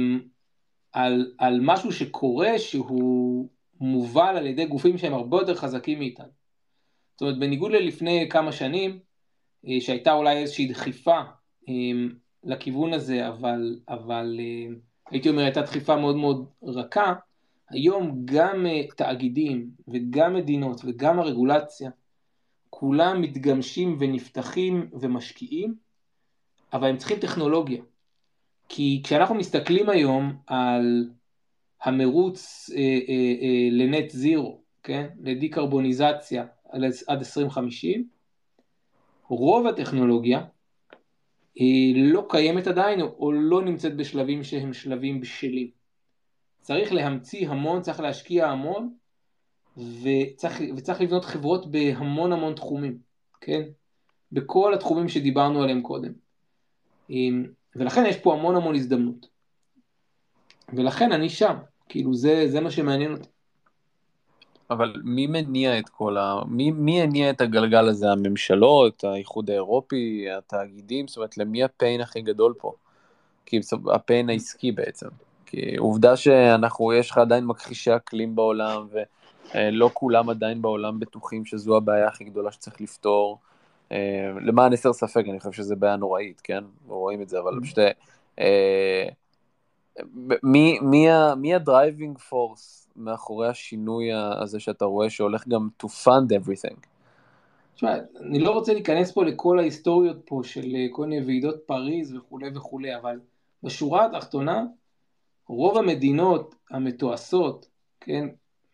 על משהו שקורה שהוא מובל על ידי גופים שהם הרבה יותר חזקים מאיתנו. זאת אומרת, בניגוד ללפני כמה שנים, שהייתה אולי איזושהי דחיפה לכיוון הזה, אבל הייתי אומר, הייתה דחיפה מאוד מאוד רכה, היום גם תאגידים וגם מדינות וגם הרגולציה, כולם מתגמשים ונפתחים ומשקיעים, אבל הם צריכים טכנולוגיה. כי כשאנחנו מסתכלים היום על המרוץ לנט זירו, כן? לדיקרבוניזציה עד 2050, רוב הטכנולוגיה לא קיימת עדיין או לא נמצאת בשלבים שהם שלבים בשלים. צריך להמציא המון, צריך להשקיע המון, וצריך לבנות חברות בהמון המון תחומים, כן? בכל התחומים שדיברנו עליהם קודם. ולכן יש פה המון המון הזדמנות. ולכן אני שם, כאילו זה מה שמעניין אותי. אבל מי מניע את מי הניע את הגלגל הזה? הממשלות, האיחוד האירופי, התאגידים, זאת אומרת, למי הפיין הכי גדול פה? כי הפיין העסקי בעצם. כי עובדה יש לך עדיין מכחישי אקלים בעולם, ולא כולם עדיין בעולם בטוחים שזו הבעיה הכי גדולה שצריך לפתור. למען הסר ספק, אני חושב שזה בעיה נוראית, כן? רואים את זה, אבל פשוט... מי הדרייבינג פורס מאחורי השינוי הזה שאתה רואה שהולך גם to fund everything? תשמע, אני לא רוצה להיכנס פה לכל ההיסטוריות פה של כל מיני ועידות פריז וכו' וכו', אבל בשורה התחתונה, רוב המדינות המתועשות, כן,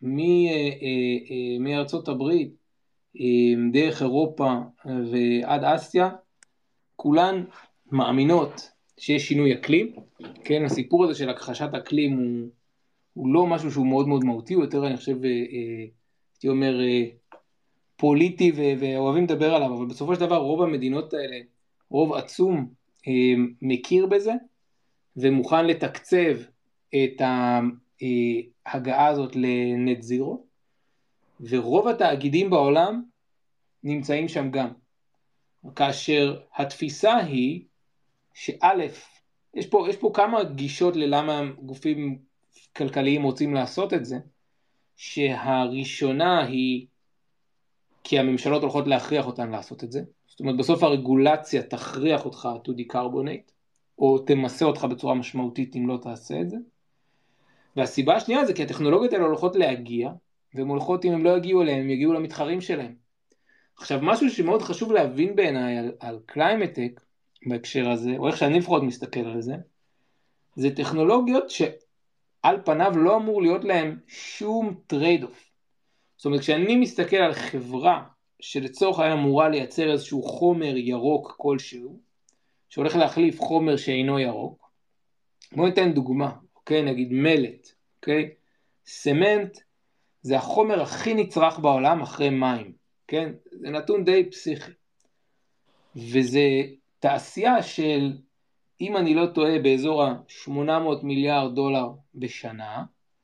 מארצות הברית, דרך אירופה ועד אסיה, כולן מאמינות שיש שינוי אקלים, כן, הסיפור הזה של הכחשת אקלים הוא לא משהו שהוא מאוד מאוד מהותי, הוא יותר אני חושב, הייתי אומר, פוליטי ואוהבים לדבר עליו, אבל בסופו של דבר רוב המדינות האלה, רוב עצום מכיר בזה, ומוכן לתקצב את ההגעה הזאת לנט זירו, ורוב התאגידים בעולם נמצאים שם גם, כאשר התפיסה היא שא', יש פה כמה גישות ללמה גופים כלכליים רוצים לעשות את זה, שהראשונה היא כי הממשלות הולכות להכריח אותן לעשות את זה, זאת אומרת בסוף הרגולציה תכריח אותך to decarbonate, או תמסה אותך בצורה משמעותית אם לא תעשה את זה, והסיבה השנייה זה כי הטכנולוגיות האלה הולכות להגיע, והן הולכות אם הם לא יגיעו אליהם, הם יגיעו למתחרים שלהם. עכשיו משהו שמאוד חשוב להבין בעיניי על Climate Tech בהקשר הזה, או איך שאני לפחות מסתכל על זה, זה טכנולוגיות שעל פניו לא אמור להיות להם שום טרייד אוף. זאת אומרת, כשאני מסתכל על חברה שלצורך היה אמורה לייצר איזשהו חומר ירוק כלשהו, שהולך להחליף חומר שאינו ירוק, בואו ניתן דוגמה, אוקיי? נגיד מלט, אוקיי? סמנט זה החומר הכי נצרך בעולם אחרי מים, כן? זה נתון די פסיכי. וזה תעשייה של, אם אני לא טועה, באזור ה-800 מיליארד דולר בשנה,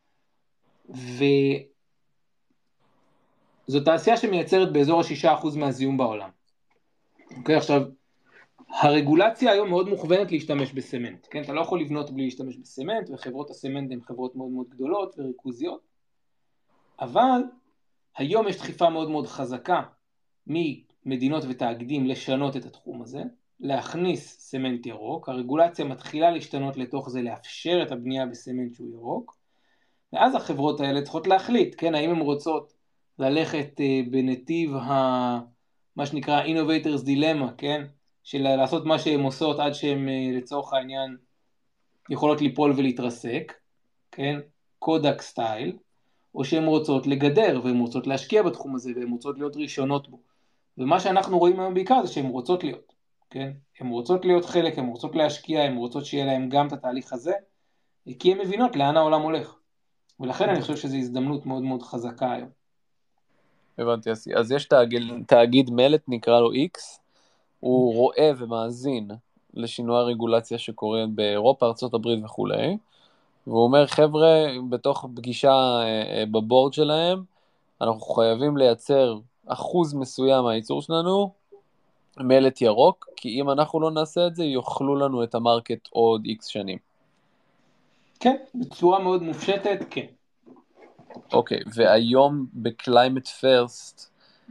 וזו תעשייה שמייצרת באזור ה-6% מהזיהום בעולם. אוקיי, עכשיו, הרגולציה היום מאוד מוכוונת להשתמש בסמנט, כן? אתה לא יכול לבנות בלי להשתמש בסמנט, וחברות הסמנט הן חברות מאוד מאוד גדולות וריכוזיות, אבל היום יש דחיפה מאוד מאוד חזקה ממדינות ותאגידים לשנות את התחום הזה, להכניס סמנט ירוק, הרגולציה מתחילה להשתנות לתוך זה, לאפשר את הבנייה בסמנט שהוא ירוק, ואז החברות האלה צריכות להחליט, כן, האם הן רוצות ללכת בנתיב מה שנקרא Innovators Dilemma, כן, של לעשות מה שהן עושות עד שהן לצורך העניין יכולות ליפול ולהתרסק, כן, קודק סטייל, או שהן רוצות לגדר, והן רוצות להשקיע בתחום הזה, והן רוצות להיות ראשונות בו. ומה שאנחנו רואים היום בעיקר זה שהן רוצות להיות, כן? הן רוצות להיות חלק, הן רוצות להשקיע, הן רוצות שיהיה להן גם את התהליך הזה, כי הן מבינות לאן העולם הולך. ולכן אני חושב שזו הזדמנות מאוד מאוד חזקה היום. הבנתי, אז יש תאגיד מלט, נקרא לו X, הוא רואה ומאזין לשינוי הרגולציה שקורה באירופה, ארצות הברית וכו'. והוא אומר, חבר'ה, בתוך פגישה בבורד שלהם, אנחנו חייבים לייצר אחוז מסוים מהייצור שלנו, מלט ירוק, כי אם אנחנו לא נעשה את זה, יאכלו לנו את המרקט עוד X שנים. כן, בצורה מאוד מופשטת, כן. אוקיי, והיום ב-Climate First,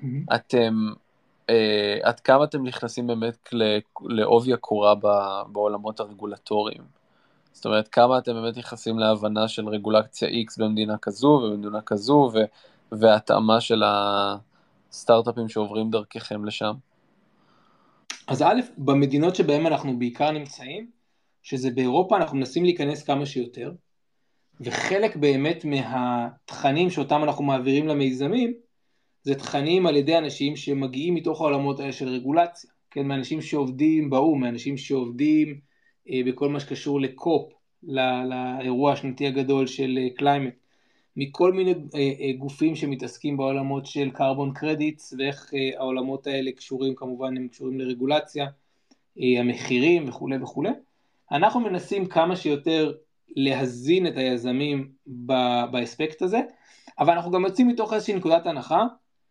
עד כמה אתם נכנסים באמת לעובי הקורה בעולמות הרגולטוריים? זאת אומרת, כמה אתם באמת נכנסים להבנה של רגולציה X במדינה כזו ובמדינה כזו, והתאמה של הסטארט-אפים שעוברים דרככם לשם? אז א', במדינות שבהם אנחנו בעיקר נמצאים, שזה באירופה, אנחנו מנסים להיכנס כמה שיותר, וחלק באמת מהתכנים שאותם אנחנו מעבירים למיזמים, זה תכנים על ידי אנשים שמגיעים מתוך העולמות האלה של רגולציה, כן, מאנשים שעובדים באום, מאנשים שעובדים בכל מה שקשור לקופ, לאירוע השנתי הגדול של קליימט, מכל מיני גופים שמתעסקים בעולמות של קרבון קרדיטס, ואיך העולמות האלה קשורים, כמובן הם קשורים לרגולציה, המחירים וכו' וכו'. אנחנו מנסים כמה שיותר להזין את היזמים באספקט הזה, אבל אנחנו גם יוצאים מתוך איזושהי נקודת הנחה,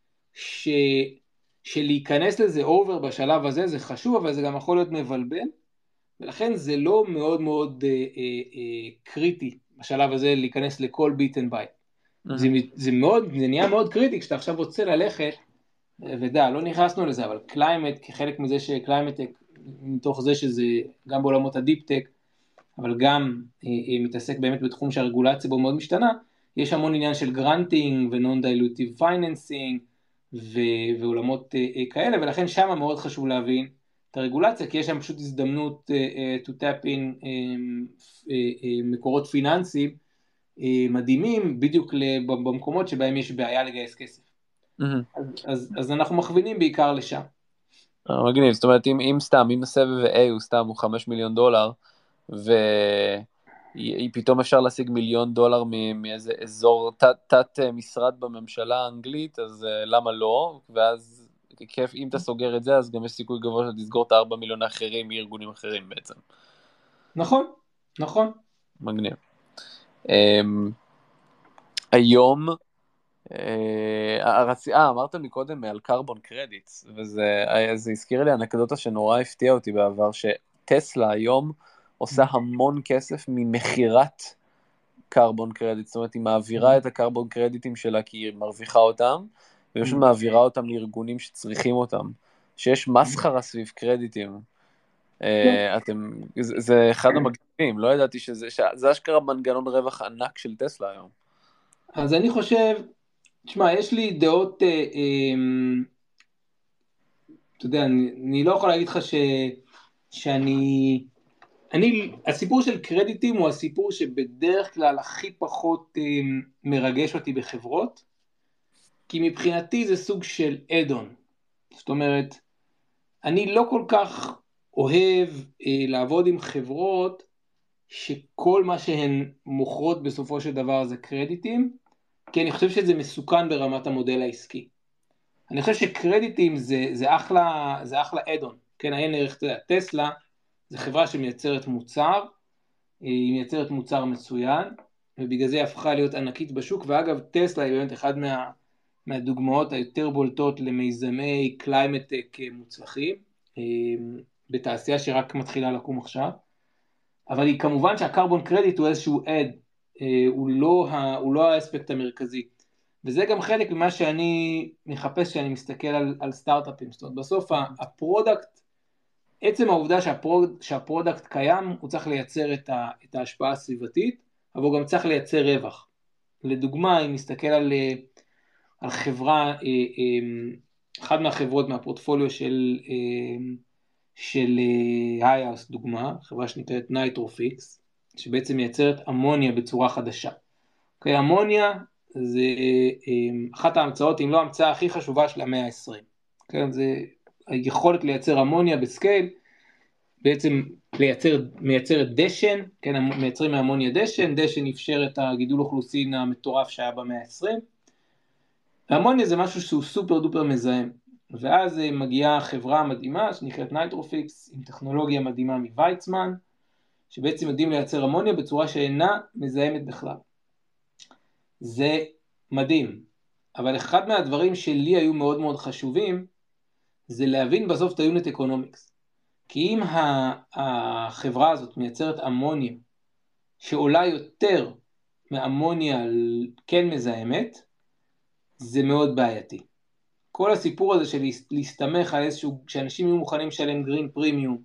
שלהיכנס לזה אובר בשלב הזה זה חשוב, אבל זה גם יכול להיות מבלבל, ולכן זה לא מאוד מאוד קריטי בשלב הזה להיכנס לכל ביט אנד בייט. זה נהיה מאוד קריטי כשאתה עכשיו רוצה ללכת, ודע, לא נכנסנו לזה, אבל קליימט, כחלק מזה שקליימט, מתוך זה שזה גם בעולמות הדיפ-טק, אבל גם מתעסק באמת בתחום שהרגולציה בו מאוד משתנה, יש המון עניין של גרנטינג ו-non-dilutive financing ועולמות כאלה, ולכן שם מאוד חשוב להבין את הרגולציה, כי יש שם פשוט הזדמנות to tap in מקורות פיננסיים מדהימים, בדיוק במקומות שבהם יש בעיה לגייס כסף. אז אנחנו מכווינים בעיקר לשם. מגניב, זאת אומרת, אם הסבב A הוא סתם הוא $5 מיליון, והיא פתאום אפשר להשיג $1 מיליון מאיזה אזור תת משרד בממשלה האנגלית, אז למה לא? ואז כיף, אם אתה סוגר את זה, אז גם יש סיכוי גבוה שתסגור את 4 מיליון האחרים מארגונים אחרים בעצם. נכון. מגניב. היום, אמרת מקודם על קרבון קרדיטס, וזה הזכיר לי אנקדוטה שנורא הפתיע אותי בעבר, שטסלה היום עושה המון כסף ממחירת קרבון קרדיט, זאת אומרת, היא מעבירה את הקרבון קרדיטים שלה כי היא מרוויחה אותם, ופשוט מעבירה אותם לארגונים שצריכים אותם, שיש מסחרה סביב קרדיטים. זה אחד המגניבים, לא ידעתי שזה אשכרה מנגנון רווח ענק של טסלה היום. אז אני חושב, תשמע, יש לי דעות, אתה יודע, אני לא יכול להגיד לך הסיפור של קרדיטים הוא הסיפור שבדרך כלל הכי פחות מרגש אותי בחברות, כי מבחינתי זה סוג של אדון. זאת אומרת, אני לא כל כך אוהב לעבוד עם חברות שכל מה שהן מוכרות בסופו של דבר זה קרדיטים, כי אני חושב שזה מסוכן ברמת המודל העסקי. אני חושב שקרדיטים זה אחלה אדון, כן, אין ערך, אתה יודע, טסלה זה חברה שמייצרת מוצר, היא מייצרת מוצר מצוין, ובגלל זה היא הפכה להיות ענקית בשוק, ואגב טסלה היא באמת אחד מהדוגמאות היותר בולטות למיזמי קליימט-טק מוצלחים, בתעשייה שרק מתחילה לקום עכשיו, אבל היא כמובן שהקרבון קרדיט הוא איזשהו עד, הוא לא האספקט המרכזי, וזה גם חלק ממה שאני מחפש כשאני מסתכל על סטארט-אפים. זאת אומרת, בסוף הפרודקט, עצם העובדה שהפרודקט קיים, הוא צריך לייצר את ההשפעה הסביבתית, אבל הוא גם צריך לייצר רווח. לדוגמה, אם נסתכל על חברה, אחת מהחברות מהפורטפוליו של הייאוס, דוגמה, חברה שנקראת נייטרופיקס, שבעצם מייצרת אמוניה בצורה חדשה. אוקיי, אמוניה זה אחת ההמצאות, אם לא ההמצאה הכי חשובה של המאה ה-20. כן, זה היכולת לייצר אמוניה בסקייל, בעצם מייצרת דשן, כן, מייצרים מאמוניה דשן, דשן אפשר את הגידול אוכלוסין המטורף שהיה במאה ה-20. אמוניה זה משהו שהוא סופר דופר מזהם, ואז מגיעה חברה מדהימה שנקראת נייטרופיקס, עם טכנולוגיה מדהימה מוויצמן, שבעצם יודעים לייצר אמוניה בצורה שאינה מזהמת בכלל. זה מדהים, אבל אחד מהדברים שלי היו מאוד מאוד חשובים, זה להבין בסוף את היוניט אקונומיקס. כי אם החברה הזאת מייצרת אמוניה, שעולה יותר מאמוניה כן מזהמת, זה מאוד בעייתי. כל הסיפור הזה של להסתמך על איזשהו, שאנשים יהיו מוכנים לשלם גרין פרימיום,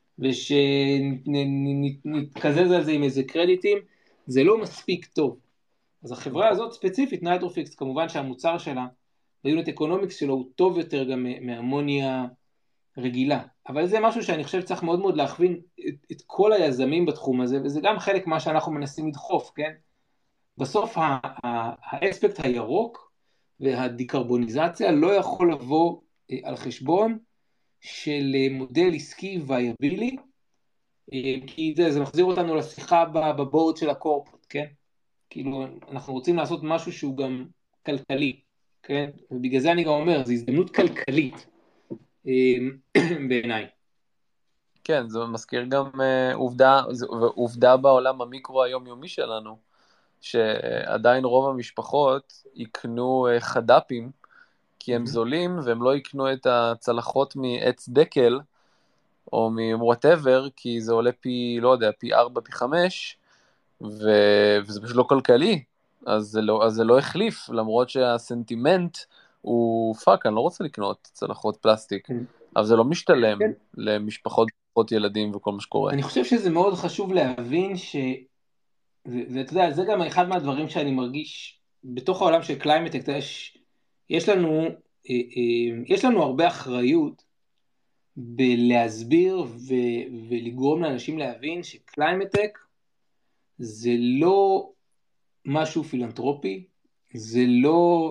ושנתקזז על זה עם איזה קרדיטים, זה לא מספיק טוב. אז החברה הזאת ספציפית, נייטרופיקס, כמובן שהמוצר שלה, ביוניט אקונומיקס שלו הוא טוב יותר גם מאמוניה רגילה. אבל זה משהו שאני חושב שצריך מאוד מאוד להכווין את כל היזמים בתחום הזה, וזה גם חלק מה שאנחנו מנסים לדחוף, כן? בסוף האספקט הירוק והדיקרבוניזציה לא יכול לבוא על חשבון של מודל עסקי וייבילי, כי זה מחזיר אותנו לשיחה בבורד של הקורפורט, כן? כאילו אנחנו רוצים לעשות משהו שהוא גם כלכלי, כן? ובגלל זה אני גם אומר, זו הזדמנות כלכלית בעיניי. כן, זה מזכיר גם עובדה בעולם המיקרו היומיומי שלנו, שעדיין רוב המשפחות יקנו חד"פים, כי הם זולים, והם לא יקנו את הצלחות מעץ דקל, או מ-whatever, כי זה עולה פי, לא יודע, פי 4, פי 5, וזה פשוט לא כלכלי, אז זה לא החליף, למרות שהסנטימנט הוא פאק, אני לא רוצה לקנות צלחות פלסטיק, אבל זה לא משתלם למשפחות ברוכות ילדים וכל מה שקורה. אני חושב שזה מאוד חשוב להבין ואתה יודע, זה גם אחד מהדברים שאני מרגיש, בתוך העולם של קליימטק, יש לנו הרבה אחריות בלהסביר ולגרום לאנשים להבין שקליימטק זה לא משהו פילנטרופי, זה לא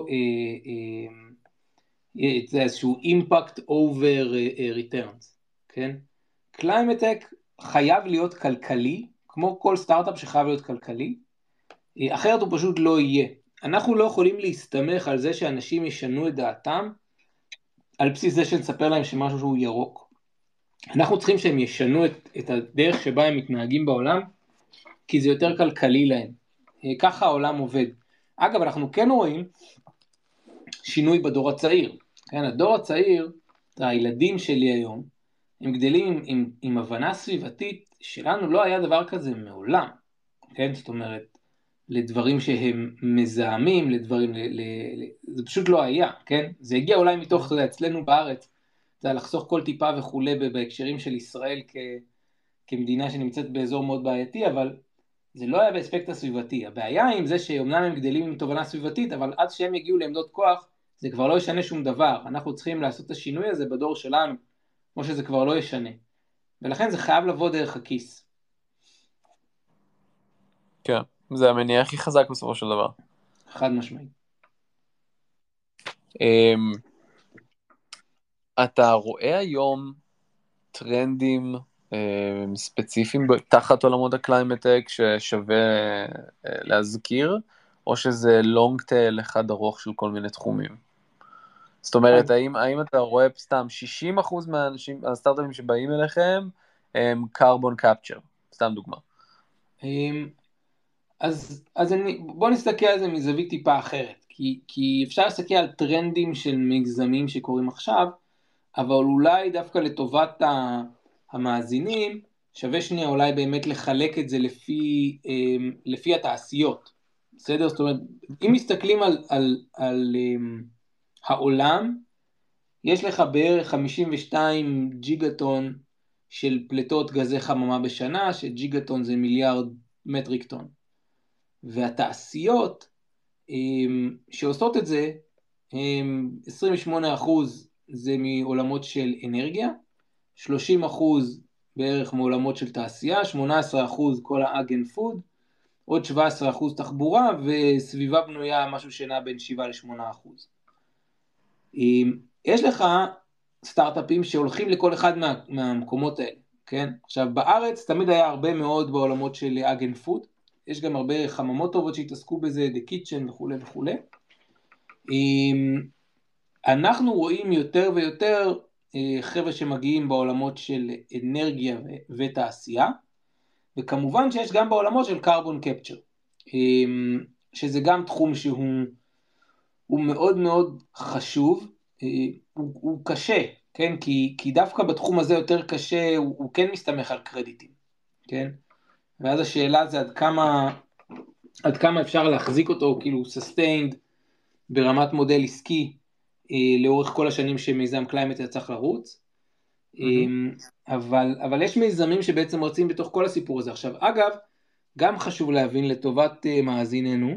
זה איזשהו impact over returns, כן? קליימטק חייב להיות כלכלי, כמו כל סטארט-אפ שחייב להיות כלכלי, אחרת הוא פשוט לא יהיה. אנחנו לא יכולים להסתמך על זה שאנשים ישנו את דעתם, על בסיס זה שנספר להם שמשהו שהוא ירוק. אנחנו צריכים שהם ישנו את הדרך שבה הם מתנהגים בעולם, כי זה יותר כלכלי להם. ככה העולם עובד. אגב, אנחנו כן רואים שינוי בדור הצעיר. כן, הדור הצעיר, הילדים שלי היום, הם גדלים עם הבנה סביבתית, שלנו לא היה דבר כזה מעולם. כן, זאת אומרת, לדברים שהם מזהמים, לדברים, זה פשוט לא היה, כן? זה הגיע אולי מתוך אצלנו בארץ, זה לחסוך כל טיפה וכולי בהקשרים של ישראל כמדינה שנמצאת באזור מאוד בעייתי, אבל זה לא היה באספקט הסביבתי. הבעיה עם זה שאומנם הם גדלים עם תובנה סביבתית, אבל עד שהם יגיעו לעמדות כוח, זה כבר לא ישנה שום דבר. אנחנו צריכים לעשות את השינוי הזה בדור שלנו, כמו שזה כבר לא ישנה. ולכן זה חייב לבוא דרך הכיס. כן, זה המניע הכי חזק בסופו של דבר. חד משמעית. אתה רואה היום טרנדים ספציפיים תחת עולמות הקליימטק ששווה להזכיר, או שזה לונג טייל אחד ארוך של כל מיני תחומים? זאת אומרת, האם אתה רואה סתם 60% מהאנשים, הסטארט-אפים שבאים אליכם, הם קרבון קפצ'ר, סתם דוגמה. אז בוא נסתכל על זה מזווית טיפה אחרת, כי אפשר להסתכל על טרנדים של מגזמים שקורים עכשיו, אבל אולי דווקא לטובת המאזינים, שווה שנייה אולי באמת לחלק את זה לפי התעשיות. בסדר? זאת אומרת, אם מסתכלים על העולם, יש לך בערך 52 ג'יגטון של פליטות גזי חממה בשנה, שג'יגטון זה מיליארד מטריק טון. והתעשיות שעושות את זה, 28% זה מעולמות של אנרגיה, 30% בערך מעולמות של תעשייה, 18% כל האגן פוד, עוד 17% תחבורה, וסביבה בנויה משהו שנע בין 7-8%. יש לך סטארט-אפים שהולכים לכל אחד מהמקומות האלה, כן? עכשיו בארץ תמיד היה הרבה מאוד בעולמות של אגן פוד, יש גם הרבה חממות טובות שהתעסקו בזה, The Kitchen וכו' וכו'. אנחנו רואים יותר ויותר חבר'ה שמגיעים בעולמות של אנרגיה ותעשייה, וכמובן שיש גם בעולמות של קרבון קפצ'ר, שזה גם תחום שהוא מאוד מאוד חשוב, הוא קשה, כן? כי דווקא בתחום הזה יותר קשה, הוא כן מסתמך על קרדיטים, כן? ואז השאלה זה עד כמה אפשר להחזיק אותו, כאילו sustained ברמת מודל עסקי, לאורך כל השנים שמיזם קליימט היה צריך לרוץ, אבל יש מיזמים שבעצם רצים בתוך כל הסיפור הזה. עכשיו, אגב, גם חשוב להבין לטובת מאזיננו,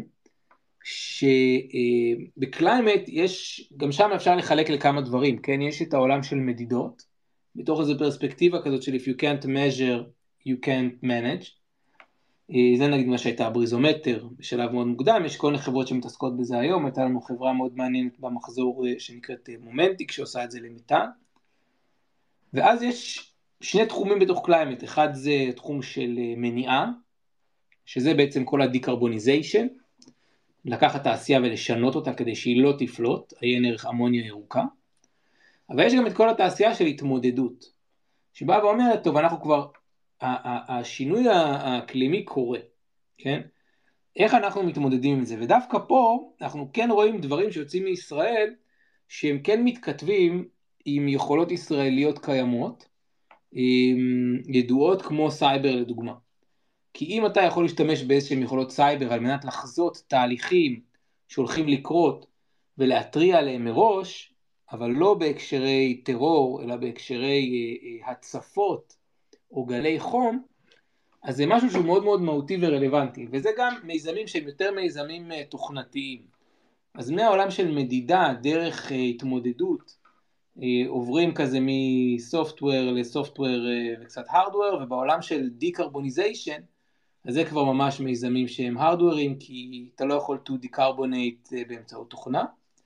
שבקליימט יש, גם שם אפשר לחלק לכמה דברים, כן? יש את העולם של מדידות, מתוך איזו פרספקטיבה כזאת של if you can't measure, you can't manage, זה נגיד מה שהייתה הבריזומטר בשלב מאוד מוקדם, יש כל מיני חברות שמתעסקות בזה היום, הייתה לנו חברה מאוד מעניינת במחזור שנקראת מומנטיק, שעושה את זה למתאן, ואז יש שני תחומים בתוך קליימט, אחד זה תחום של מניעה, שזה בעצם כל הדיקרבוניזיישן, לקחת תעשייה ולשנות אותה כדי שהיא לא תפלוט, עיין ערך אמוניה ירוקה, אבל יש גם את כל התעשייה של התמודדות, שבאה ואומרת, טוב, אנחנו כבר, השינוי האקלימי קורה, כן? איך אנחנו מתמודדים עם זה? ודווקא פה אנחנו כן רואים דברים שיוצאים מישראל, שהם כן מתכתבים עם יכולות ישראליות קיימות, ידועות כמו סייבר לדוגמה. כי אם אתה יכול להשתמש באיזשהם יכולות סייבר על מנת לחזות תהליכים שהולכים לקרות ולהטריע עליהם מראש, אבל לא בהקשרי טרור, אלא בהקשרי הצפות או גלי חום, אז זה משהו שהוא מאוד מאוד מהותי ורלוונטי, וזה גם מיזמים שהם יותר מיזמים תוכנתיים. אז מהעולם של מדידה, דרך התמודדות, עוברים כזה מסופטוור לסופטוור וקצת הרדוור, ובעולם של דיקרבוניזיישן, אז זה כבר ממש מיזמים שהם הרדווריים, כי אתה לא יכול to decarbonate באמצעות תוכנה.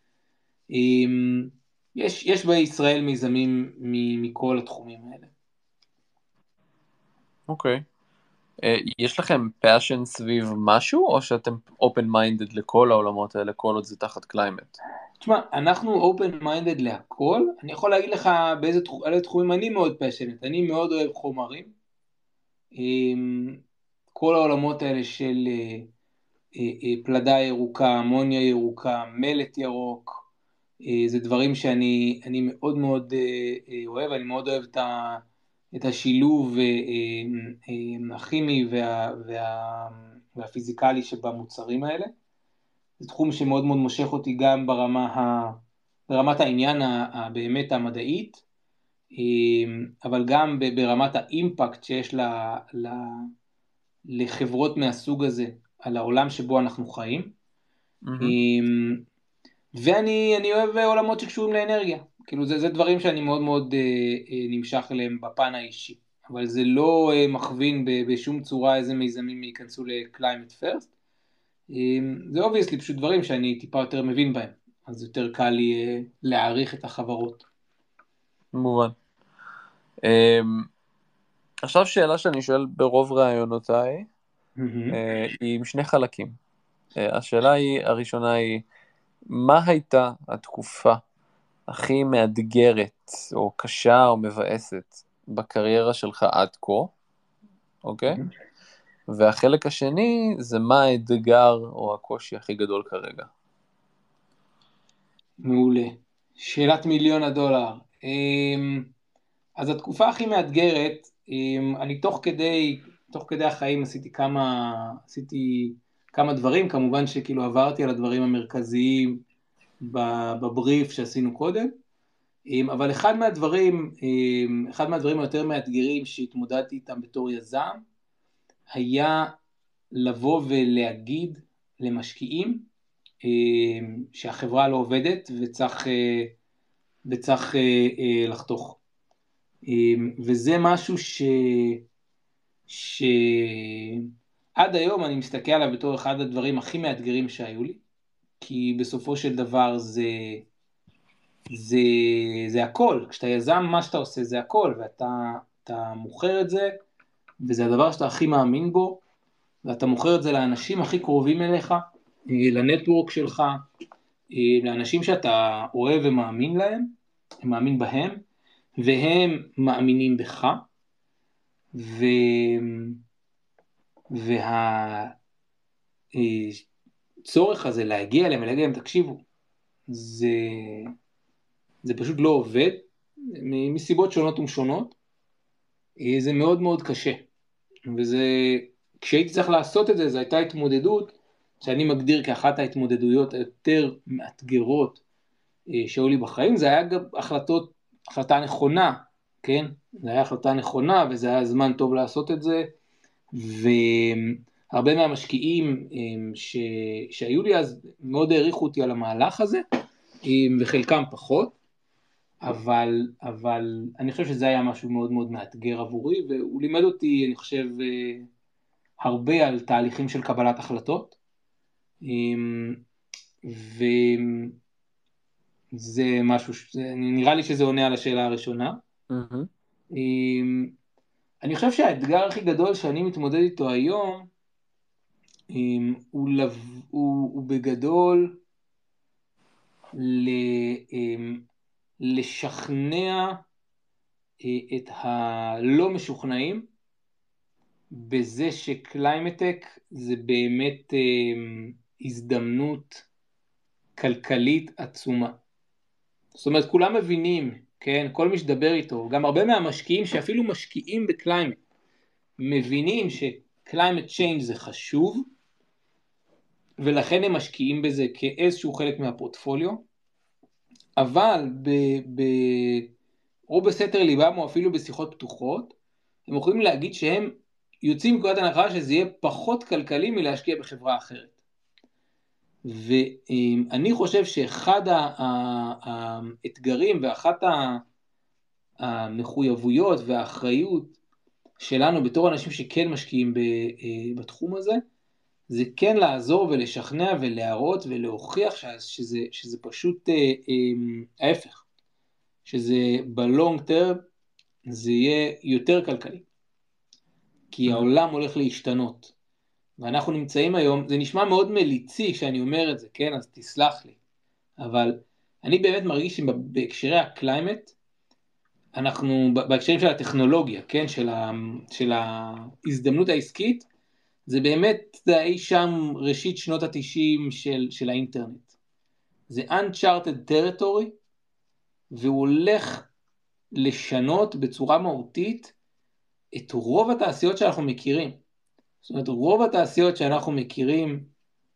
יש בישראל מיזמים מכל התחומים האלה. אוקיי. יש לכם passion סביב משהו, או שאתם open minded לכל העולמות האלה, כל עוד זה תחת קליימט? תשמע, אנחנו open minded להכל, אני יכול להגיד לך באיזה תחומים אני מאוד passionate, אני מאוד אוהב חומרים, כל העולמות האלה של פלדה ירוקה, אמוניה ירוקה, מלט ירוק, זה דברים שאני מאוד מאוד אוהב, אני מאוד אוהב את השילוב הכימי והפיזיקלי שבמוצרים האלה. זה תחום שמאוד מאוד מושך אותי גם ברמת העניין באמת המדעית, אבל גם ברמת האימפקט שיש לחברות מהסוג הזה על העולם שבו אנחנו חיים. ואני אוהב עולמות שקשורים לאנרגיה, כאילו זה דברים שאני מאוד מאוד נמשך אליהם בפן האישי, אבל זה לא מכווין בשום צורה איזה מיזמים ייכנסו לקליימט פרסט, זה obviously פשוט דברים שאני טיפה יותר מבין בהם, אז יותר קל לי להעריך את החברות. מובן. עכשיו שאלה שאני שואל ברוב רעיונותיי, היא עם שני חלקים. השאלה הראשונה היא, מה הייתה התקופה הכי מאתגרת, או קשה או מבאסת, בקריירה שלך עד כה, אוקיי? והחלק השני, זה מה האתגר או הקושי הכי גדול כרגע. מעולה. שאלת $1,000,000. אז התקופה הכי מאתגרת, אני תוך כדי החיים עשיתי כמה דברים, כמובן שכאילו עברתי על הדברים המרכזיים בבריף שעשינו קודם, אבל אחד מהדברים היותר מאתגרים שהתמודדתי איתם בתור יזם, היה לבוא ולהגיד למשקיעים שהחברה לא עובדת וצריך לחתוך. וזה משהו שעד היום אני מסתכל עליו בתור אחד הדברים הכי מאתגרים שהיו לי, כי בסופו של דבר זה הכל. כשאתה יזם, מה שאתה עושה זה הכל, ואתה מוכר את זה, וזה הדבר שאתה הכי מאמין בו, ואתה מוכר את זה לאנשים הכי קרובים אליך, לנטוורק שלך, לאנשים שאתה אוהב ומאמין להם, מאמין בהם, והם מאמינים בך, והצורך הזה להגיע אליהם ולהגיע להם, תקשיבו, זה פשוט לא עובד, מסיבות שונות ומשונות, זה מאוד מאוד קשה, כשהייתי צריך לעשות את זה, זו הייתה התמודדות, שאני מגדיר כאחת ההתמודדויות היותר מאתגרות שהיו לי בחיים, זה היה גם החלטה נכונה, כן? זה היה החלטה נכונה, וזה היה זמן טוב לעשות את זה, והרבה מהמשקיעים שהיו לי אז מאוד העריכו אותי על המהלך הזה, וחלקם פחות, אבל אני חושב שזה היה משהו מאוד מאוד מאתגר עבורי, והוא לימד אותי, אני חושב, הרבה על תהליכים של קבלת החלטות, וזה משהו, נראה לי שזה עונה על השאלה הראשונה. אני חושב שהאתגר הכי גדול שאני מתמודד איתו היום, הוא בגדול לשכנע את הלא משוכנעים, בזה שקליימטק זה באמת הזדמנות כלכלית עצומה. זאת אומרת, כולם מבינים, כן? כל מי שדבר איתו, גם הרבה מהמשקיעים שאפילו משקיעים בקליימט, מבינים שקליימט צ'יינג' זה חשוב, ולכן הם משקיעים בזה כאיזשהו חלק מהפורטפוליו, אבל או בסתר ליבם או אפילו בשיחות פתוחות, הם יכולים להגיד שהם יוצאים מנקודת הנחה שזה יהיה פחות כלכלי מלהשקיע בחברה אחרת. ואני חושב שאחד האתגרים ואחת המחויבויות והאחריות שלנו בתור אנשים שכן משקיעים בתחום הזה, זה כן לעזור ולשכנע ולהראות ולהוכיח שזה פשוט ההפך, שזה בלונג טרם זה יהיה יותר כלכלי, כי העולם הולך להשתנות, ואנחנו נמצאים היום, זה נשמע מאוד מליצי כשאני אומר את זה, כן, אז תסלח לי, אבל אני באמת מרגיש שבהקשרי הקליימט, אנחנו בהקשרים של הטכנולוגיה, כן, של ההזדמנות העסקית, זה באמת אי שם ראשית שנות ה-90 של האינטרנט. זה uncharted territory, והוא הולך לשנות בצורה מהותית את רוב התעשיות שאנחנו מכירים. זאת אומרת, רוב התעשיות שאנחנו מכירים,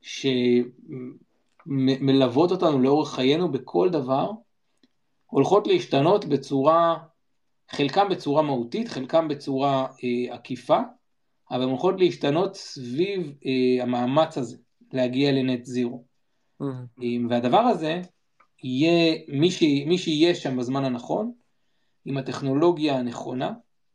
שמלוות אותנו לאורך חיינו בכל דבר, הולכות להשתנות בצורה, חלקם בצורה מהותית, חלקם בצורה עקיפה, אבל הן הולכות להשתנות סביב המאמץ הזה, להגיע לנט זירו. והדבר הזה, יהיה, מי שיהיה שם בזמן הנכון, עם הטכנולוגיה הנכונה,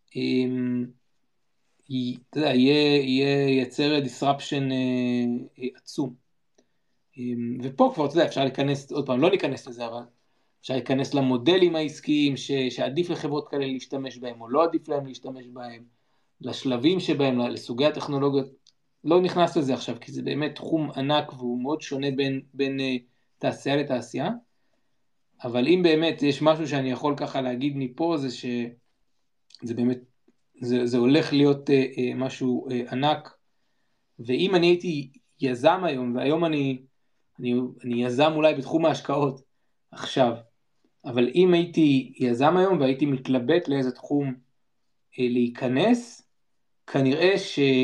ייצר disruption עצום. ופה כבר, אתה יודע, אפשר להיכנס, עוד פעם, לא להיכנס לזה, אבל אפשר להיכנס למודלים העסקיים, שעדיף לחברות כאלה להשתמש בהם, או לא עדיף להם להשתמש בהם, לשלבים שבהם, לסוגי הטכנולוגיות, לא נכנס לזה עכשיו, כי זה באמת תחום ענק, והוא מאוד שונה בין תעשייה לתעשייה, אבל אם באמת יש משהו שאני יכול ככה להגיד מפה, זה שזה באמת, זה הולך להיות משהו ענק, ואם אני הייתי יזם היום, והיום אני יזם אולי בתחום ההשקעות עכשיו, אבל אם הייתי יזם היום והייתי מתלבט לאיזה תחום להיכנס, כנראה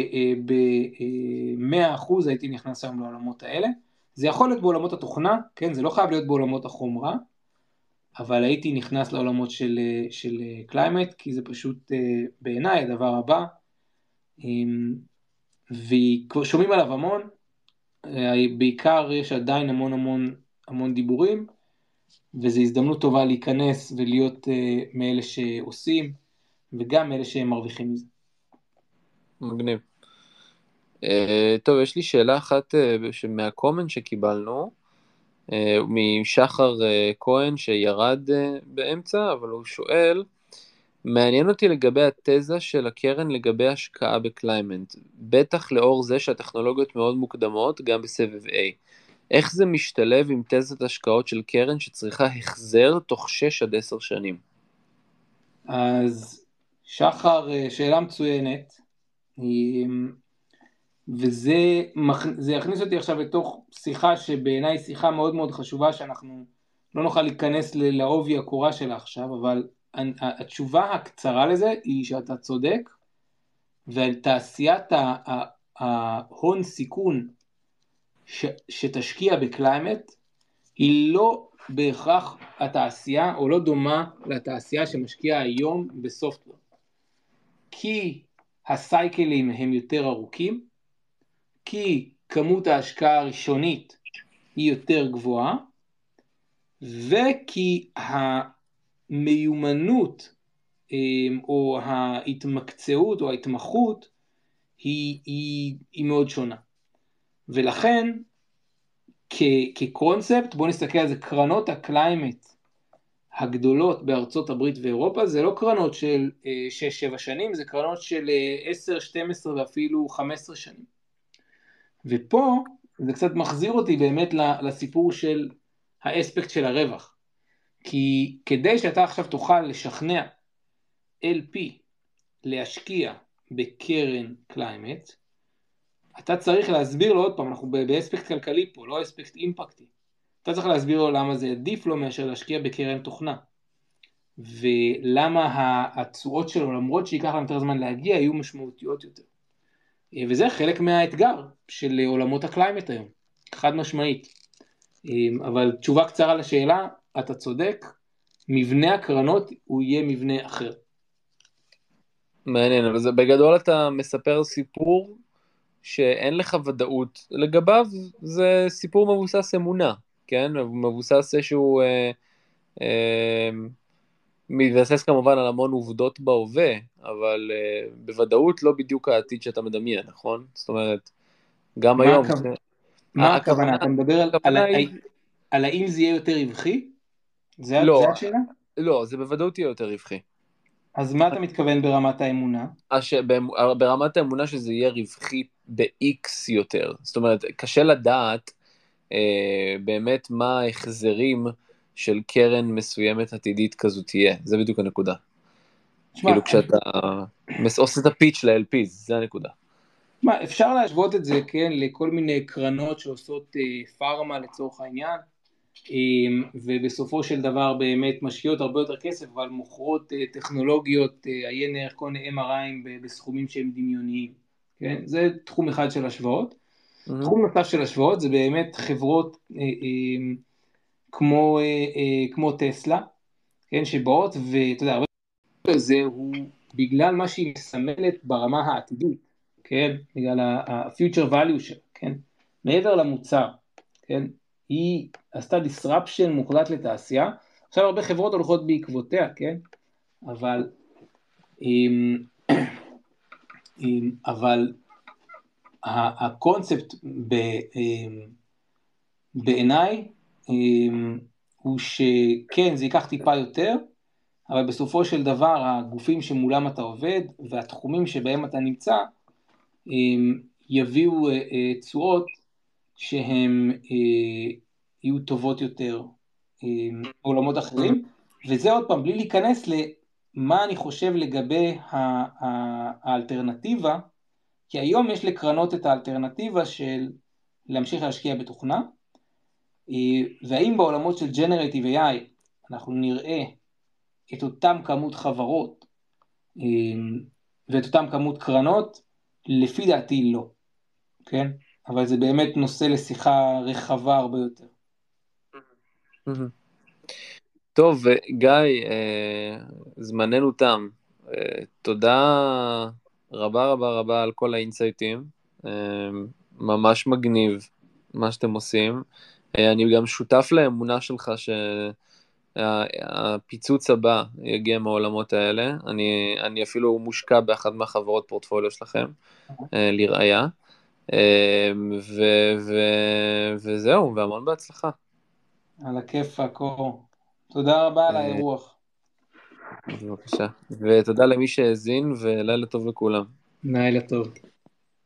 שב-100% הייתי נכנס היום לעולמות האלה. זה יכול להיות בעולמות התוכנה, כן? זה לא חייב להיות בעולמות החומרה, אבל הייתי נכנס לעולמות של קליימט, כי זה פשוט בעיניי הדבר הבא, ושומעים עליו המון, בעיקר יש עדיין המון דיבורים, וזו הזדמנות טובה להיכנס ולהיות מאלה שעושים, וגם מאלה שמרוויחים מזה. מגניב. טוב, יש לי שאלה אחת מהקומנט שקיבלנו, משחר כהן שירד באמצע, אבל הוא שואל, מעניין אותי לגבי התזה של הקרן לגבי השקעה בקליימנט, בטח לאור זה שהטכנולוגיות מאוד מוקדמות גם בסבב A. איך זה משתלב עם תזת השקעות של קרן שצריכה החזר תוך 6 עד 10 שנים? אז שחר, שאלה מצוינת, וזה יכניס אותי עכשיו לתוך שיחה שבעיניי שיחה מאוד מאוד חשובה, שאנחנו לא נוכל להיכנס לעובי הקורה שלה עכשיו, אבל התשובה הקצרה לזה היא שאתה צודק, ותעשיית ההון סיכון שתשקיע בקליימט, היא לא בהכרח התעשייה, או לא דומה לתעשייה שמשקיעה היום בסופטוור. כי הסייקלים הם יותר ארוכים, כי כמות ההשקעה הראשונית היא יותר גבוהה, וכי המיומנות או ההתמקצעות או ההתמחות היא מאוד שונה. ולכן כקונספט, בואו נסתכל על זה, קרנות הקליימט הגדולות בארצות הברית ואירופה, זה לא קרנות של 6-7 שנים, זה קרנות של 10, 12 ואפילו 15 שנים. ופה זה קצת מחזיר אותי באמת לסיפור של האספקט של הרווח. כי כדי שאתה עכשיו תוכל לשכנע LP להשקיע בקרן קליימט, אתה צריך להסביר לו עוד פעם, אנחנו באספקט כלכלי פה, לא אספקט אימפקטי. אתה צריך להסביר לו למה זה עדיף לו מאשר להשקיע בקרן תוכנה. ולמה התשואות שלו, למרות שיקח להם יותר זמן להגיע, יהיו משמעותיות יותר. וזה חלק מהאתגר של עולמות הקליימט היום, חד משמעית. אבל תשובה קצרה לשאלה, אתה צודק, מבנה הקרנות הוא יהיה מבנה אחר. מעניין, אבל בגדול אתה מספר סיפור שאין לך ודאות לגביו, זה סיפור מבוסס אמונה, כן? מבוסס שהוא מתבסס כמובן על המון עובדות בהווה, אבל בוודאות לא בדיוק העתיד שאתה מדמיין, נכון? זאת אומרת, גם היום... מה הכוונה? אתה מדבר על האם זה יהיה יותר רווחי? זה השאלה? לא, זה בוודאות יהיה יותר רווחי. אז מה אתה מתכוון ברמת האמונה? ברמת האמונה שזה יהיה רווחי ב-X יותר. זאת אומרת, קשה לדעת באמת מה ההחזרים של קרן מסוימת עתידית כזו תהיה. זה בדיוק הנקודה. כאילו כשאתה עושה את הפיץ' ל-LPs, זה הנקודה. אפשר להשוות את זה, כן, לכל מיני קרנות שעושות פארמה לצורך העניין, ובסופו של דבר באמת משקיעות הרבה יותר כסף, אבל מוכרות טכנולוגיות, עיין ערך כל מיני MRI'ים בסכומים שהם דמיוניים, כן? זה תחום אחד של השוואות. תחום נוסף של השוואות זה באמת חברות כמו טסלה, כן, שבאות, ואתה יודע, הרבה זה הוא בגלל מה שהיא מסמלת ברמה העתידית, כן, בגלל ה-future value שלה, כן, מעבר למוצר, כן, היא עשתה disruption מוחלט לתעשייה, עכשיו הרבה חברות הולכות בעקבותיה, כן, אבל הקונספט בעיניי הוא שכן, זה ייקח טיפה יותר, אבל בסופו של דבר הגופים שמולם אתה עובד והתחומים שבהם אתה נמצא יביאו תשואות שהן יהיו טובות יותר בעולמות אחרים, וזה עוד פעם בלי להיכנס למה אני חושב לגבי האלטרנטיבה, כי היום יש לקרנות את האלטרנטיבה של להמשיך להשקיע בתוכנה, והאם בעולמות של Generative AI אנחנו נראה את אותם כמות חברות ואת אותם כמות קרנות, לפי דעתי לא, כן? אבל זה באמת נושא לשיחה רחבה הרבה יותר. טוב, גיא, זמננו תם. תודה רבה רבה רבה על כל האינסייטים. ממש מגניב מה שאתם עושים. אני גם שותף לאמונה שלך שהפיצוץ הבא יגיע מהעולמות האלה. אני אפילו מושקע באחת מהחברות פורטפוליו שלכם, לראיה. וזהו, והמון בהצלחה. על הכיף הקור. תודה רבה על האירוח. בבקשה. ותודה למי שהאזין, ולילה טוב לכולם. לילה טוב.